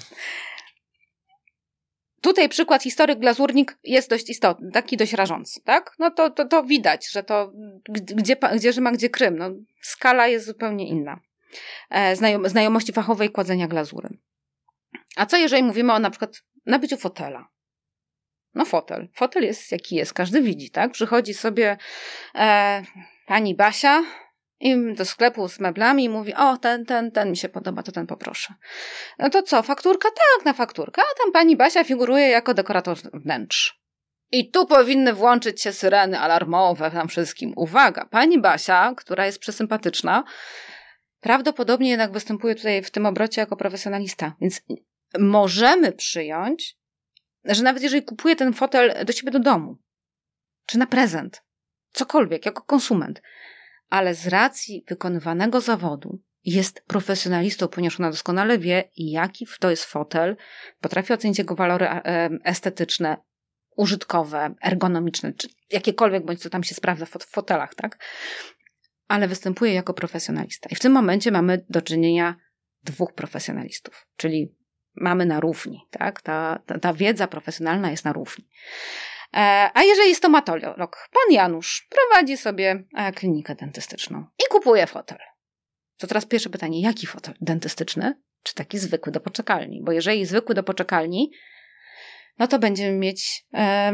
Tutaj przykład historyk, glazurnik jest dość istotny, taki dość rażący, tak? No to widać, że to gdzie Rzym, a gdzie Krym. No, skala jest zupełnie inna. Znajomości fachowej kładzenia glazury. A co jeżeli mówimy o na przykład nabyciu fotela? No fotel jest jaki jest, każdy widzi, tak? Przychodzi sobie pani Basia i do sklepu z meblami i mówi, o ten mi się podoba, to ten poproszę. No to co, fakturka? Tak, na fakturkę, a tam pani Basia figuruje jako dekorator wnętrz. I tu powinny włączyć się syreny alarmowe tam wszystkim. Uwaga, pani Basia, która jest przesympatyczna, prawdopodobnie jednak występuje tutaj w tym obrocie jako profesjonalista. Więc możemy przyjąć, że nawet jeżeli kupuje ten fotel do siebie do domu, czy na prezent, cokolwiek, jako konsument, ale z racji wykonywanego zawodu jest profesjonalistą, ponieważ ona doskonale wie, jaki to jest fotel, potrafi ocenić jego walory estetyczne, użytkowe, ergonomiczne, czy jakiekolwiek, bądź co tam się sprawdza w fotelach, tak? Ale występuje jako profesjonalista. I w tym momencie mamy do czynienia 2 profesjonalistów, czyli mamy na równi, tak? Ta wiedza profesjonalna jest na równi. A jeżeli stomatolog, pan Janusz prowadzi sobie klinikę dentystyczną i kupuje fotel, to teraz pierwsze pytanie, jaki fotel? Dentystyczny? czy taki zwykły do poczekalni. Bo jeżeli zwykły do poczekalni, no to będziemy mieć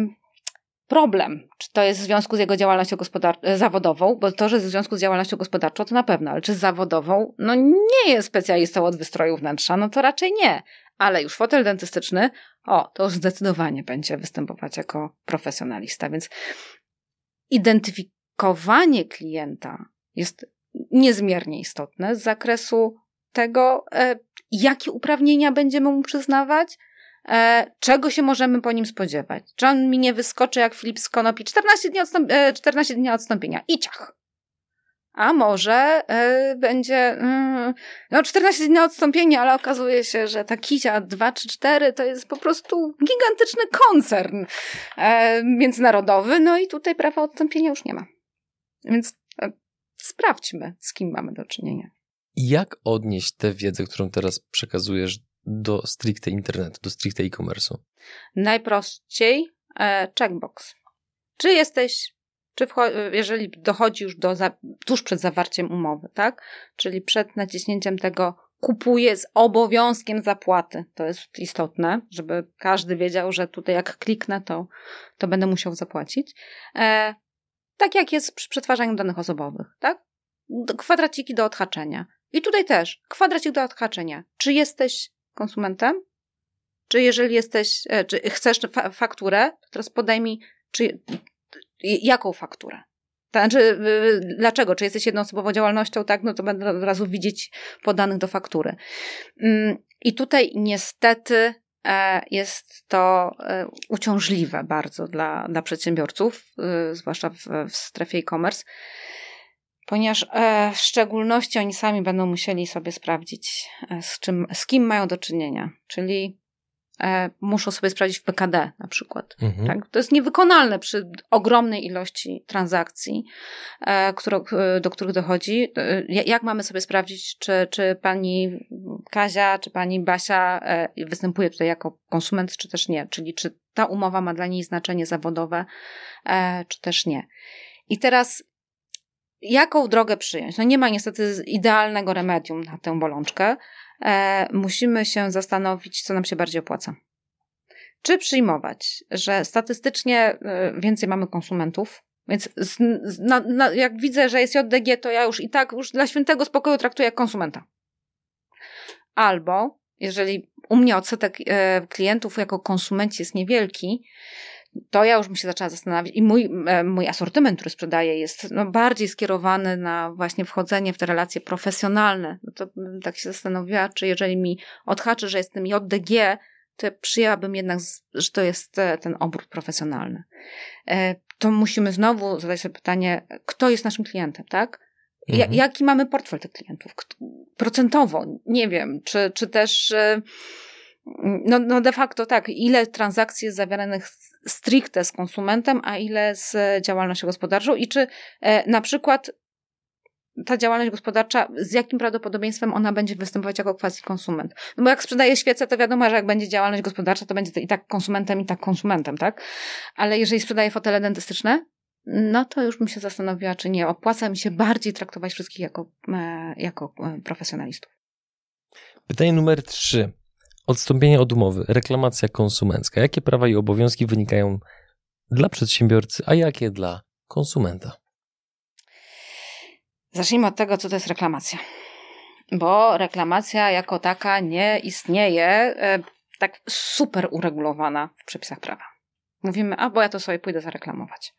problem. Czy to jest w związku z jego działalnością zawodową, bo to, że jest w związku z działalnością gospodarczą, to na pewno, ale czy z zawodową? No nie jest specjalistą od wystroju wnętrza, no to raczej nie. Ale już fotel dentystyczny, to już zdecydowanie będzie występować jako profesjonalista. Więc identyfikowanie klienta jest niezmiernie istotne z zakresu tego, jakie uprawnienia będziemy mu przyznawać, czego się możemy po nim spodziewać. Czy on mi nie wyskoczy jak Filip z Konopi 14 dni odstąpienia i ciach. A może będzie 14 dni odstąpienia, ale okazuje się, że ta Kizia 2 czy 4 to jest po prostu gigantyczny koncern międzynarodowy, no i tutaj prawa odstąpienia już nie ma. Więc sprawdźmy, z kim mamy do czynienia. Jak odnieść tę wiedzę, którą teraz przekazujesz do stricte internetu, do stricte e-commerce'u? Najprościej checkbox. Czy jesteś, jeżeli dochodzi już tuż przed zawarciem umowy, tak? Czyli przed naciśnięciem tego kupuję z obowiązkiem zapłaty. To jest istotne, żeby każdy wiedział, że tutaj jak kliknę, to będę musiał zapłacić. Tak jak jest przy przetwarzaniu danych osobowych, tak? Kwadraciki do odhaczenia. I tutaj też kwadracik do odhaczenia. Czy jesteś konsumentem? Czy jeżeli jesteś, czy chcesz fakturę, to teraz podaj mi, jaką fakturę? Znaczy, dlaczego? Czy jesteś jednoosobową działalnością, tak? No to będę od razu widzieć podanych do faktury. I tutaj niestety jest to uciążliwe bardzo dla przedsiębiorców, zwłaszcza w strefie e-commerce, ponieważ w szczególności oni sami będą musieli sobie sprawdzić, z kim mają do czynienia. Czyli muszą sobie sprawdzić w PKD na przykład. Tak? To jest niewykonalne przy ogromnej ilości transakcji, do których dochodzi. Jak mamy sobie sprawdzić, czy pani Kazia, czy pani Basia występuje tutaj jako konsument, czy też nie? Czyli czy ta umowa ma dla niej znaczenie zawodowe, czy też nie. I teraz jaką drogę przyjąć? No nie ma niestety idealnego remedium na tę bolączkę. Musimy się zastanowić, co nam się bardziej opłaca. Czy przyjmować, że statystycznie więcej mamy konsumentów, więc jak widzę, że jest JDG, to ja już i tak już dla świętego spokoju traktuję jak konsumenta. Albo, jeżeli u mnie odsetek klientów jako konsumenci jest niewielki, to ja już bym się zaczęła zastanawiać i mój asortyment, który sprzedaję, jest bardziej skierowany na właśnie wchodzenie w te relacje profesjonalne. No to bym tak się zastanowiła, czy jeżeli mi odhaczy, że jestem JDG, to przyjęłabym jednak, że to jest ten obrót profesjonalny. To musimy znowu zadać sobie pytanie, kto jest naszym klientem, tak? Jaki mamy portfel tych klientów? Procentowo, nie wiem, czy też no de facto tak, ile transakcji jest zawieranych stricte z konsumentem, a ile z działalnością gospodarczą i czy na przykład ta działalność gospodarcza, z jakim prawdopodobieństwem ona będzie występować jako quasi-konsument. No bo jak sprzedaje świece, to wiadomo, że jak będzie działalność gospodarcza, to będzie to i tak konsumentem, tak? Ale jeżeli sprzedaje fotele dentystyczne, no to już bym się zastanowiła, czy nie opłaca mi się bardziej traktować wszystkich jako profesjonalistów. Pytanie numer 3. Odstąpienie od umowy, reklamacja konsumencka. Jakie prawa i obowiązki wynikają dla przedsiębiorcy, a jakie dla konsumenta? Zacznijmy od tego, co to jest reklamacja. Bo reklamacja jako taka nie istnieje tak super uregulowana w przepisach prawa. Mówimy, bo ja to sobie pójdę zareklamować.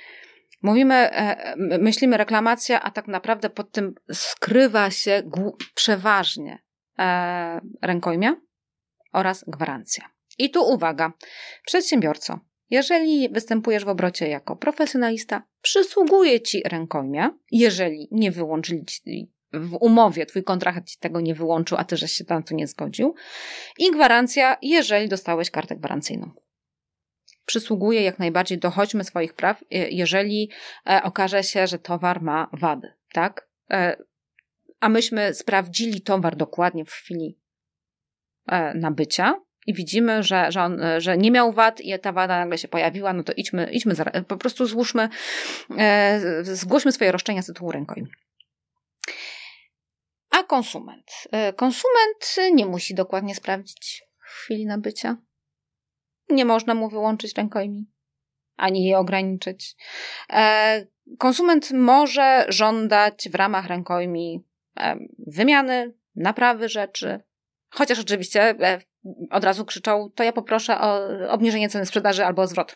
Myślimy reklamacja, a tak naprawdę pod tym skrywa się przeważnie rękojmia oraz gwarancja. I tu uwaga, przedsiębiorco, jeżeli występujesz w obrocie jako profesjonalista, przysługuje ci rękojmia, jeżeli nie wyłączyli ci w umowie, twój kontrahent ci tego nie wyłączył, a ty żeś się tam tu nie zgodził, i gwarancja, jeżeli dostałeś kartę gwarancyjną. Przysługuje jak najbardziej, dochodźmy swoich praw, jeżeli okaże się, że towar ma wady, tak? A myśmy sprawdzili towar dokładnie w chwili nabycia i widzimy, że nie miał wad i ta wada nagle się pojawiła, no to po prostu zgłośmy swoje roszczenia z tytułu rękojmi. A konsument? Konsument nie musi dokładnie sprawdzić w chwili nabycia. Nie można mu wyłączyć rękojmi, ani je ograniczyć. Konsument może żądać w ramach rękojmi wymiany, naprawy rzeczy, chociaż oczywiście od razu krzyczał, to ja poproszę o obniżenie ceny sprzedaży albo o zwrot.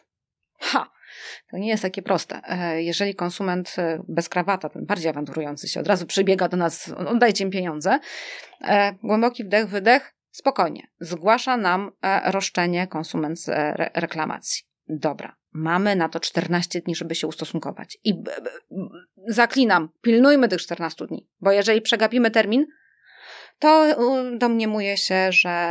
To nie jest takie proste. Jeżeli konsument bez krawata, ten bardziej awanturujący się, od razu przybiega do nas, oddajcie mi pieniądze, głęboki wdech, wydech, spokojnie. Zgłasza nam roszczenie konsument z reklamacji. Dobra, mamy na to 14 dni, żeby się ustosunkować. I zaklinam, pilnujmy tych 14 dni, bo jeżeli przegapimy termin, to domniemuje się,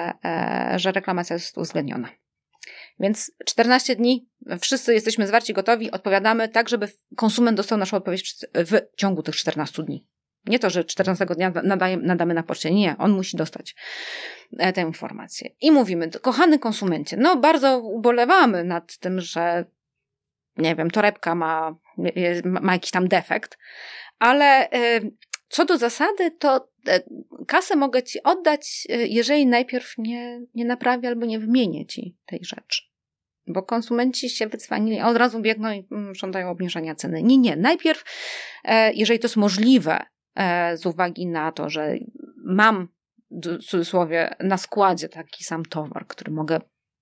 że reklamacja jest uwzględniona. Więc 14 dni, wszyscy jesteśmy zwarci, gotowi, odpowiadamy tak, żeby konsument dostał naszą odpowiedź w ciągu tych 14 dni. Nie to, że 14 dnia nadamy na poczcie. Nie, on musi dostać tę informację. I mówimy, kochany konsumencie, bardzo ubolewamy nad tym, że nie wiem, torebka ma jakiś tam defekt, ale co do zasady, to kasę mogę ci oddać, jeżeli najpierw nie naprawię albo nie wymienię ci tej rzeczy. Bo konsumenci się wycwanili, a od razu biegną i żądają obniżenia ceny. Nie. Najpierw, jeżeli to jest możliwe, z uwagi na to, że mam w cudzysłowie na składzie taki sam towar, który mogę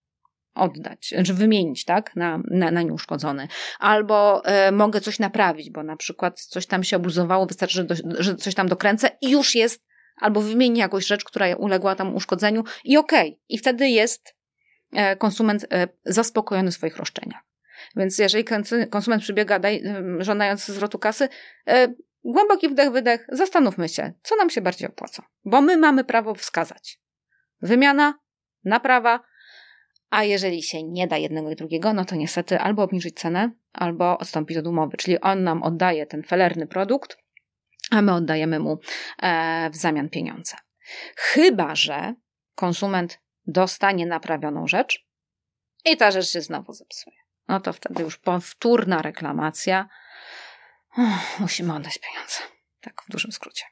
oddać, czy wymienić, tak, na nieuszkodzony. Albo mogę coś naprawić, bo na przykład coś tam się obluzowało, wystarczy, że coś tam dokręcę i już jest, albo wymienię jakąś rzecz, która uległa tam uszkodzeniu i okej. I wtedy jest konsument zaspokojony w swoich roszczeniach. Więc jeżeli konsument przybiega żądając zwrotu kasy, głęboki wdech, wydech, zastanówmy się, co nam się bardziej opłaca. Bo my mamy prawo wskazać. Wymiana, naprawa, a jeżeli się nie da jednego i drugiego, no to niestety albo obniżyć cenę, albo odstąpić od umowy. Czyli on nam oddaje ten felerny produkt, a my oddajemy mu w zamian pieniądze. Chyba że konsument dostanie naprawioną rzecz i ta rzecz się znowu zepsuje. No to wtedy już powtórna reklamacja. Musimy oddać pieniądze. Tak w dużym skrócie.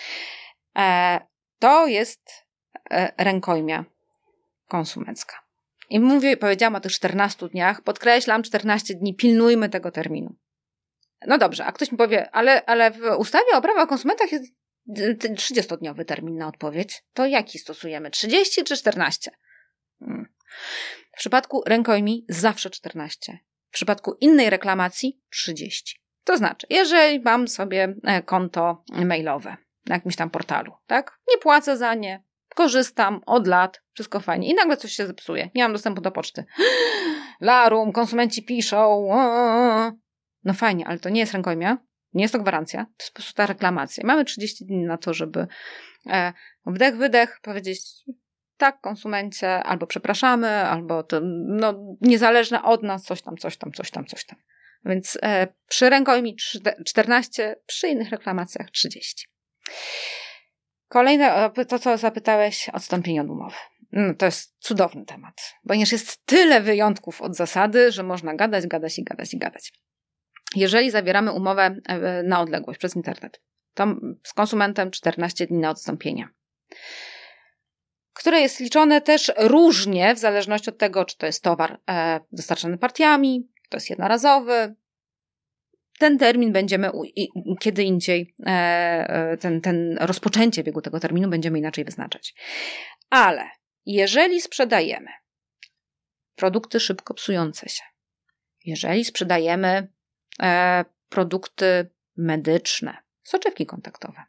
To jest rękojmia konsumencka. I powiedziałam o tych 14 dniach, podkreślam 14 dni, pilnujmy tego terminu. No dobrze, a ktoś mi powie, ale w ustawie o prawach konsumentach jest 30-dniowy termin na odpowiedź. To jaki stosujemy? 30 czy 14? W przypadku rękojmi zawsze 14. W przypadku innej reklamacji 30. To znaczy, jeżeli mam sobie konto mailowe na jakimś tam portalu, tak? Nie płacę za nie, korzystam od lat, wszystko fajnie i nagle coś się zepsuje. Nie mam dostępu do poczty. Larum, konsumenci piszą. No fajnie, ale to nie jest rękojmia, nie jest to gwarancja, to jest po prostu ta reklamacja. Mamy 30 dni na to, żeby wdech, wydech powiedzieć tak konsumencie, albo przepraszamy, albo to niezależne od nas, coś tam. Więc przy rękojmi 14, przy innych reklamacjach 30. Kolejne, to co zapytałeś, odstąpienie od umowy. To jest cudowny temat, ponieważ jest tyle wyjątków od zasady, że można gadać. Jeżeli zawieramy umowę na odległość przez internet, to z konsumentem 14 dni na odstąpienie, które jest liczone też różnie w zależności od tego, czy to jest towar dostarczany partiami, to jest jednorazowy. Ten termin będziemy kiedy indziej, ten rozpoczęcie biegu tego terminu będziemy inaczej wyznaczać. Ale jeżeli sprzedajemy produkty szybko psujące się, jeżeli sprzedajemy produkty medyczne, soczewki kontaktowe,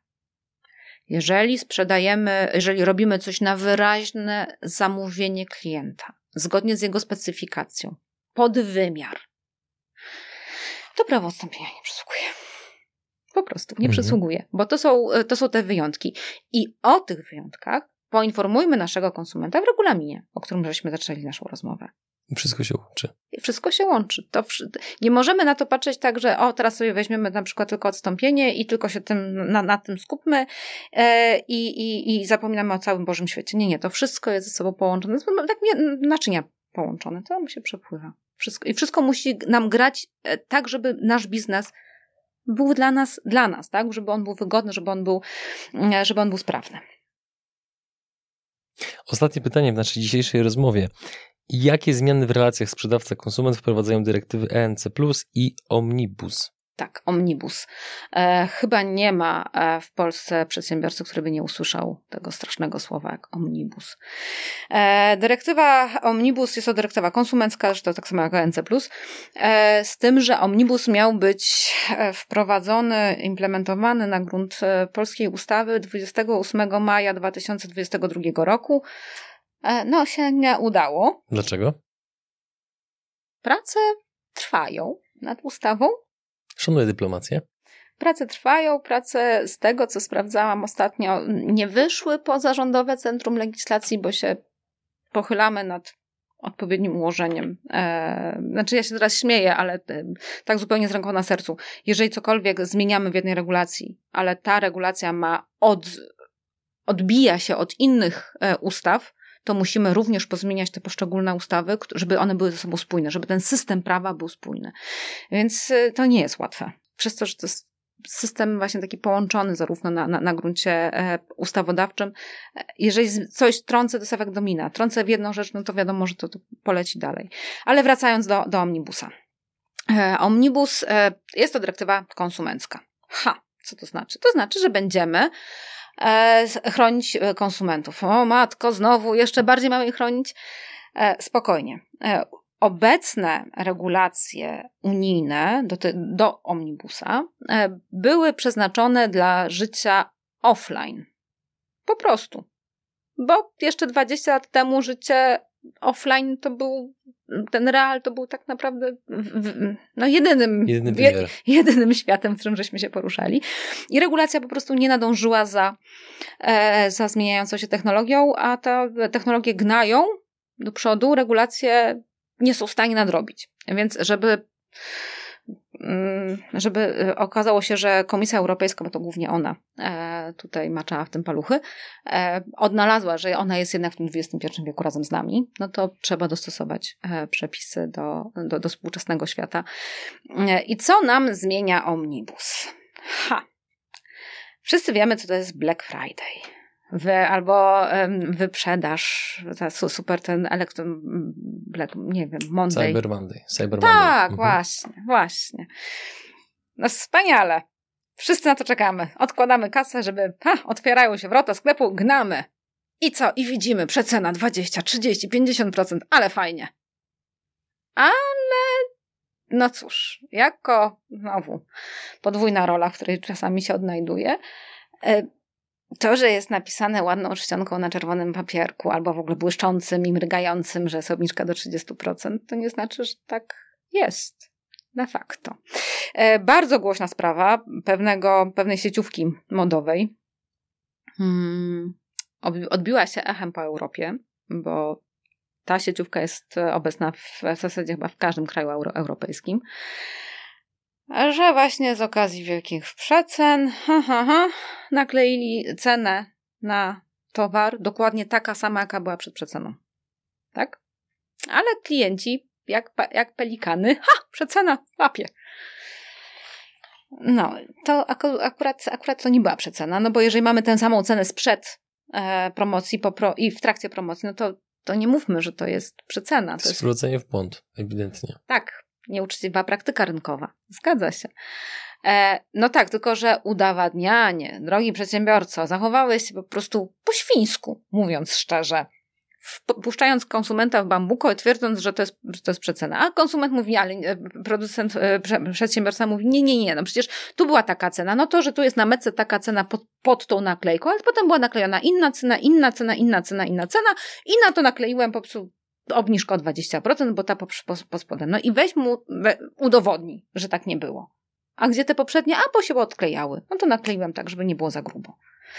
jeżeli robimy coś na wyraźne zamówienie klienta, zgodnie z jego specyfikacją, pod wymiar, to prawo odstąpienia nie przysługuje. Po prostu nie przysługuje, bo to są te wyjątki. I o tych wyjątkach poinformujmy naszego konsumenta w regulaminie, o którym żeśmy zaczęli naszą rozmowę. Wszystko się łączy. Wszystko się łączy. Nie możemy na to patrzeć tak, że teraz sobie weźmiemy na przykład tylko odstąpienie i tylko się na tym skupmy i zapominamy o całym Bożym świecie. Nie, to wszystko jest ze sobą połączone. Tak naczynia połączone, to mu się przepływa. Wszystko musi nam grać tak, żeby nasz biznes był dla nas, tak? Żeby on był wygodny, żeby on był sprawny. Ostatnie pytanie w naszej dzisiejszej rozmowie. Jakie zmiany w relacjach sprzedawca-konsument wprowadzają dyrektywy ENC+ i Omnibus? Tak, Omnibus. Chyba nie ma w Polsce przedsiębiorcy, który by nie usłyszał tego strasznego słowa jak Omnibus. Dyrektywa Omnibus jest to dyrektywa konsumencka, zresztą tak samo jak ENC+, z tym, że Omnibus miał być wprowadzony, implementowany na grunt polskiej ustawy 28 maja 2022 roku. No, się nie udało. Dlaczego? Prace trwają nad ustawą. Szanuję dyplomację. Prace trwają, prace z tego, co sprawdzałam ostatnio, nie wyszły poza Rządowe Centrum Legislacji, bo się pochylamy nad odpowiednim ułożeniem. Znaczy ja się teraz śmieję, ale tak zupełnie z ręką na sercu. Jeżeli cokolwiek zmieniamy w jednej regulacji, ale ta regulacja odbija się od innych ustaw, to musimy również pozmieniać te poszczególne ustawy, żeby one były ze sobą spójne, żeby ten system prawa był spójny. Więc to nie jest łatwe. Przez to, że to jest system właśnie taki połączony zarówno na gruncie ustawodawczym. Jeżeli coś trącę, to jest efekt domina. Trącę w jedną rzecz, no to wiadomo, że to poleci dalej. Ale wracając do Omnibusa. Omnibus jest to dyrektywa konsumencka. Co to znaczy? To znaczy, że będziemy chronić konsumentów. O matko, znowu jeszcze bardziej mamy ich chronić? Spokojnie. Obecne regulacje unijne do Omnibusa były przeznaczone dla życia offline. Po prostu. Bo jeszcze 20 lat temu życie offline to był, ten real to był tak naprawdę jedynym światem, w którym żeśmy się poruszali. I regulacja po prostu nie nadążyła za zmieniającą się technologią, a te technologie gnają do przodu, regulacje nie są w stanie nadrobić. Więc żeby okazało się, że Komisja Europejska, bo to głównie ona tutaj maczała w tym paluchy, odnalazła, że ona jest jednak w tym XXI wieku razem z nami, no to trzeba dostosować przepisy do współczesnego świata. I co nam zmienia Omnibus? Wszyscy wiemy, co to jest Black Friday. Albo wyprzedaż, super ten nie wiem, Monday. Cyber Monday. Tak, właśnie. No wspaniale. Wszyscy na to czekamy. Odkładamy kasę, żeby otwierają się wrota sklepu, gnamy. I co? I widzimy przecena 20, 30, 50%, ale fajnie. Ale no cóż, jako znowu podwójna rola, w której czasami się odnajduję, to, że jest napisane ładną czcionką na czerwonym papierku albo w ogóle błyszczącym i mrygającym, że jest obniżka do 30%, to nie znaczy, że tak jest. De facto. Bardzo głośna sprawa pewnej sieciówki modowej odbiła się echem po Europie, bo ta sieciówka jest obecna w zasadzie chyba w każdym kraju europejskim, że właśnie z okazji wielkich przecen nakleili cenę na towar dokładnie taka sama, jaka była przed przeceną. Tak? Ale klienci jak pelikany, przecena, łapie. No, to akurat to nie była przecena, no bo jeżeli mamy tę samą cenę sprzed promocji i w trakcie promocji, no to nie mówmy, że to jest przecena. To jest wprowadzenie w błąd, ewidentnie. Tak, nieuczciwa praktyka rynkowa. Zgadza się. No tak, tylko że udowadnianie, drogi przedsiębiorco, zachowałeś się po prostu po świńsku, mówiąc szczerze, puszczając konsumenta w bambuko i twierdząc, że to jest przecena. A konsument mówi, ale przedsiębiorca mówi, nie, no przecież tu była taka cena, no to, że tu jest na metce taka cena pod tą naklejką, ale potem była naklejona inna cena i na to nakleiłem po prostu obniżkę o 20%, bo ta po spodem. No i weź mu, udowodnij, że tak nie było. A gdzie te poprzednie? Bo się odklejały. No to nakleiłem tak, żeby nie było za grubo.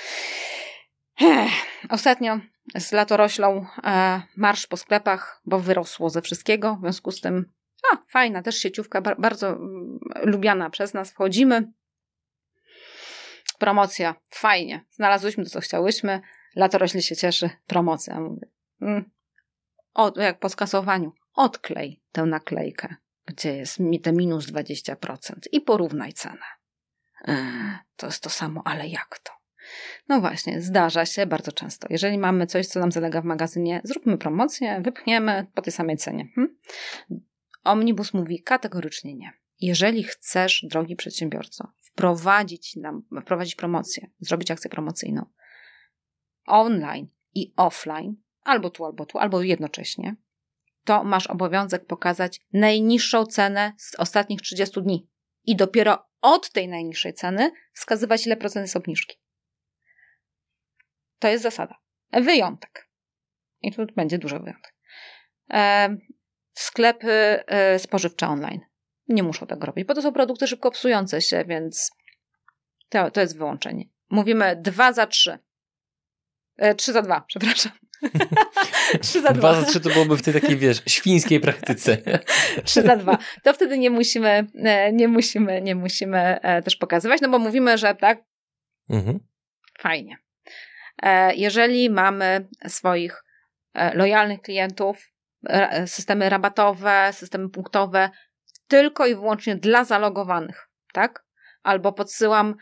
Ostatnio z latoroślą marsz po sklepach, bo wyrosło ze wszystkiego. W związku z tym fajna też sieciówka, bardzo lubiana przez nas. Wchodzimy. Promocja. Fajnie. Znalazłyśmy to, co chciałyśmy. Latorośl się cieszy. Promocja. Mówię. Jak po skasowaniu. Odklej tę naklejkę, gdzie jest te minus 20% i porównaj cenę. To jest to samo, ale jak to? No właśnie, zdarza się bardzo często. Jeżeli mamy coś, co nam zalega w magazynie, zróbmy promocję, wypchniemy po tej samej cenie. Omnibus mówi kategorycznie nie. Jeżeli chcesz, drogi przedsiębiorco, wprowadzić promocję, zrobić akcję promocyjną online i offline, albo tu, albo jednocześnie, to masz obowiązek pokazać najniższą cenę z ostatnich 30 dni. I dopiero od tej najniższej ceny wskazywać, ile procent jest obniżki. To jest zasada. Wyjątek. I tu będzie duży wyjątek. Sklepy spożywcze online nie muszą tego robić, bo to są produkty szybko psujące się, więc to jest wyłączenie. Mówimy 2 za 3. 3 za 2, przepraszam. 3 za 2. 2 za 3 to byłoby w tej takiej, świńskiej praktyce. 3 za 2. To wtedy nie musimy też pokazywać, no bo mówimy, że tak, fajnie. Jeżeli mamy swoich lojalnych klientów, systemy rabatowe, systemy punktowe, tylko i wyłącznie dla zalogowanych, tak? Albo podsyłam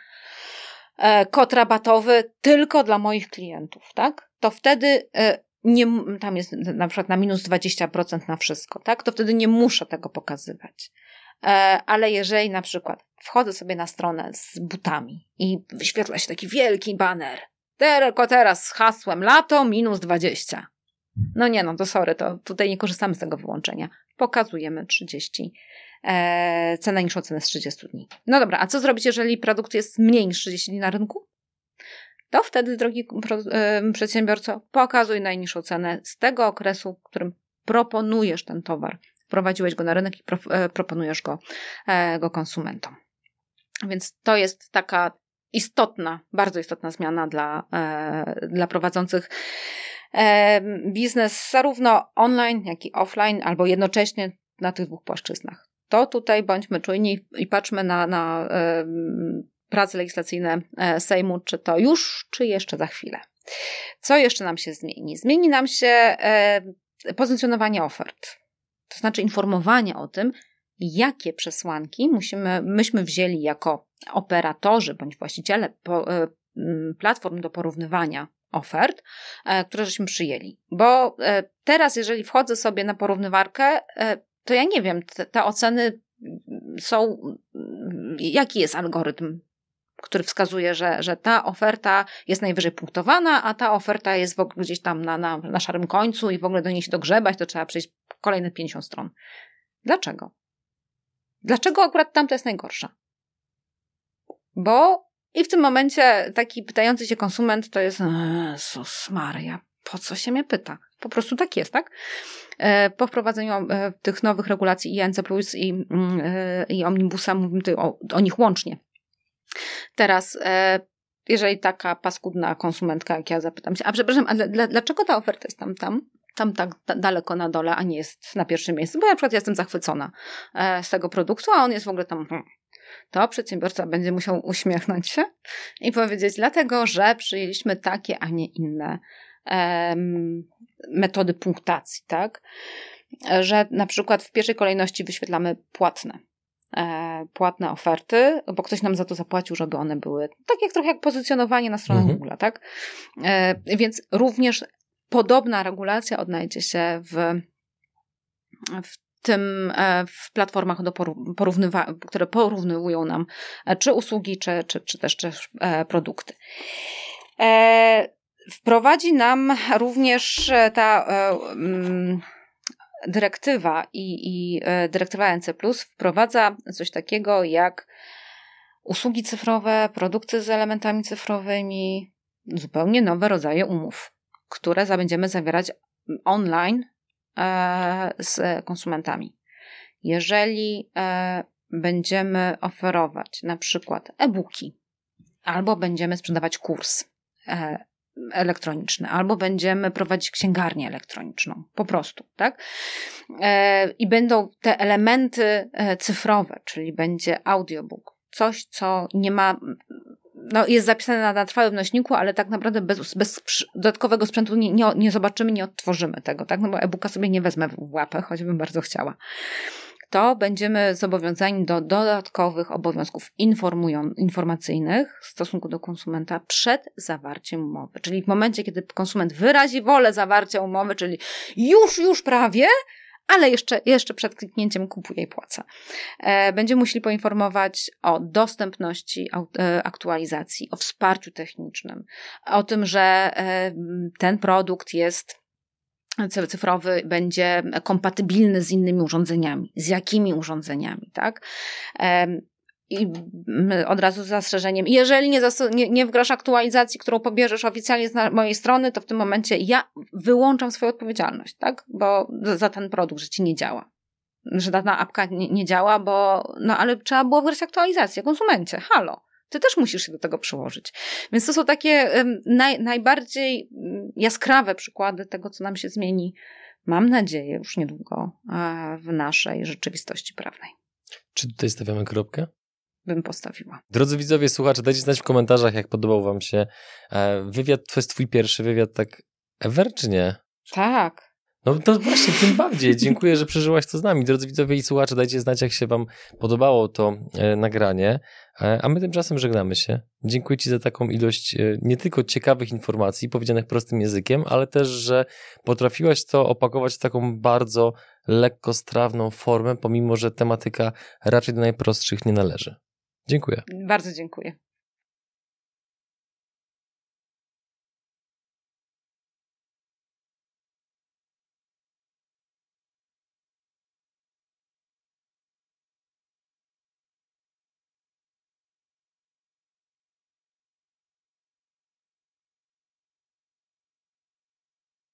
kod rabatowy tylko dla moich klientów, tak? To wtedy tam jest na przykład na minus 20% na wszystko, tak? To wtedy nie muszę tego pokazywać. Ale jeżeli na przykład wchodzę sobie na stronę z butami i wyświetla się taki wielki baner, tylko teraz z hasłem lato minus 20. No nie, to sorry, to tutaj nie korzystamy z tego wyłączenia. Pokazujemy 30, cenę niższą cenę z 30 dni. No dobra, a co zrobić, jeżeli produkt jest mniej niż 30 dni na rynku? To wtedy, drogi przedsiębiorco, pokazuj najniższą cenę z tego okresu, w którym proponujesz ten towar. Wprowadziłeś go na rynek i proponujesz go konsumentom. Więc to jest taka bardzo istotna zmiana dla prowadzących biznes zarówno online, jak i offline, albo jednocześnie na tych 2 płaszczyznach. To tutaj bądźmy czujni i patrzmy na prace legislacyjne Sejmu, czy to już, czy jeszcze za chwilę. Co jeszcze nam się zmieni? Zmieni nam się pozycjonowanie ofert. To znaczy informowanie o tym, jakie przesłanki myśmy wzięli jako operatorzy bądź właściciele platform do porównywania ofert, które żeśmy przyjęli. Bo teraz, jeżeli wchodzę sobie na porównywarkę, to ja nie wiem, te oceny są, jaki jest algorytm, który wskazuje, że ta oferta jest najwyżej punktowana, a ta oferta jest w ogóle gdzieś tam na szarym końcu i w ogóle do niej się dogrzebać, to trzeba przejść kolejne 50 stron. Dlaczego? Dlaczego akurat tamta jest najgorsza? Bo i w tym momencie taki pytający się konsument to jest Jezus Maria, po co się mnie pyta? Po prostu tak jest, tak? Po wprowadzeniu tych nowych regulacji INC+, i Omnibusa, mówimy tutaj o nich łącznie. Teraz, jeżeli taka paskudna konsumentka, jak ja zapytam się, a przepraszam, ale dlaczego ta oferta jest tam tak daleko na dole, a nie jest na pierwszym miejscu? Bo ja na przykład jestem zachwycona z tego produktu, a on jest w ogóle tam... To przedsiębiorca będzie musiał uśmiechnąć się i powiedzieć, dlatego, że przyjęliśmy takie, a nie inne metody punktacji, tak? Że na przykład w pierwszej kolejności wyświetlamy płatne oferty, bo ktoś nam za to zapłacił, żeby one były trochę jak pozycjonowanie na stronę Google, tak? Więc również podobna regulacja odnajdzie się w platformach które porównywują nam czy usługi, czy też produkty. Wprowadzi nam również ta dyrektywa i dyrektywa NC+, wprowadza coś takiego jak usługi cyfrowe, produkty z elementami cyfrowymi, zupełnie nowe rodzaje umów, które będziemy zawierać online z konsumentami. Jeżeli będziemy oferować na przykład e-booki, albo będziemy sprzedawać kurs elektroniczny, albo będziemy prowadzić księgarnię elektroniczną, po prostu, tak? I będą te elementy cyfrowe, czyli będzie audiobook, coś, co nie ma, jest zapisane na trwałym nośniku, ale tak naprawdę bez dodatkowego sprzętu nie zobaczymy, nie odtworzymy tego, tak? No bo e-booka sobie nie wezmę w łapę, choćbym bardzo chciała. to będziemy zobowiązani do dodatkowych obowiązków informacyjnych w stosunku do konsumenta przed zawarciem umowy. Czyli w momencie, kiedy konsument wyrazi wolę zawarcia umowy, czyli już prawie, ale jeszcze przed kliknięciem kupuje i płaca. Będziemy musieli poinformować o dostępności aktualizacji, o wsparciu technicznym, o tym, że ten produkt jest cyfrowy, będzie kompatybilny z innymi urządzeniami. Z jakimi urządzeniami, tak? I od razu z zastrzeżeniem, jeżeli nie wgrasz aktualizacji, którą pobierzesz oficjalnie z mojej strony, to w tym momencie ja wyłączam swoją odpowiedzialność, tak? Bo za ten produkt, że ci nie działa. Że dana apka nie działa, ale trzeba było wgrać aktualizację. Konsumencie, halo, ty też musisz się do tego przyłożyć. Więc to są takie najbardziej jaskrawe przykłady tego, co nam się zmieni, mam nadzieję, już niedługo w naszej rzeczywistości prawnej. Czy tutaj stawiamy kropkę? Bym postawiła. Drodzy widzowie, słuchacze, dajcie znać w komentarzach, jak podobał wam się wywiad. To jest twój pierwszy wywiad, tak ever, czy nie? Tak. No to właśnie, tym bardziej. Dziękuję, że przeżyłaś to z nami. Drodzy widzowie i słuchacze, dajcie znać, jak się wam podobało to nagranie. A my tymczasem żegnamy się. Dziękuję ci za taką ilość nie tylko ciekawych informacji, powiedzianych prostym językiem, ale też, że potrafiłaś to opakować w taką bardzo lekkostrawną formę, pomimo że tematyka raczej do najprostszych nie należy. Dziękuję. Bardzo dziękuję.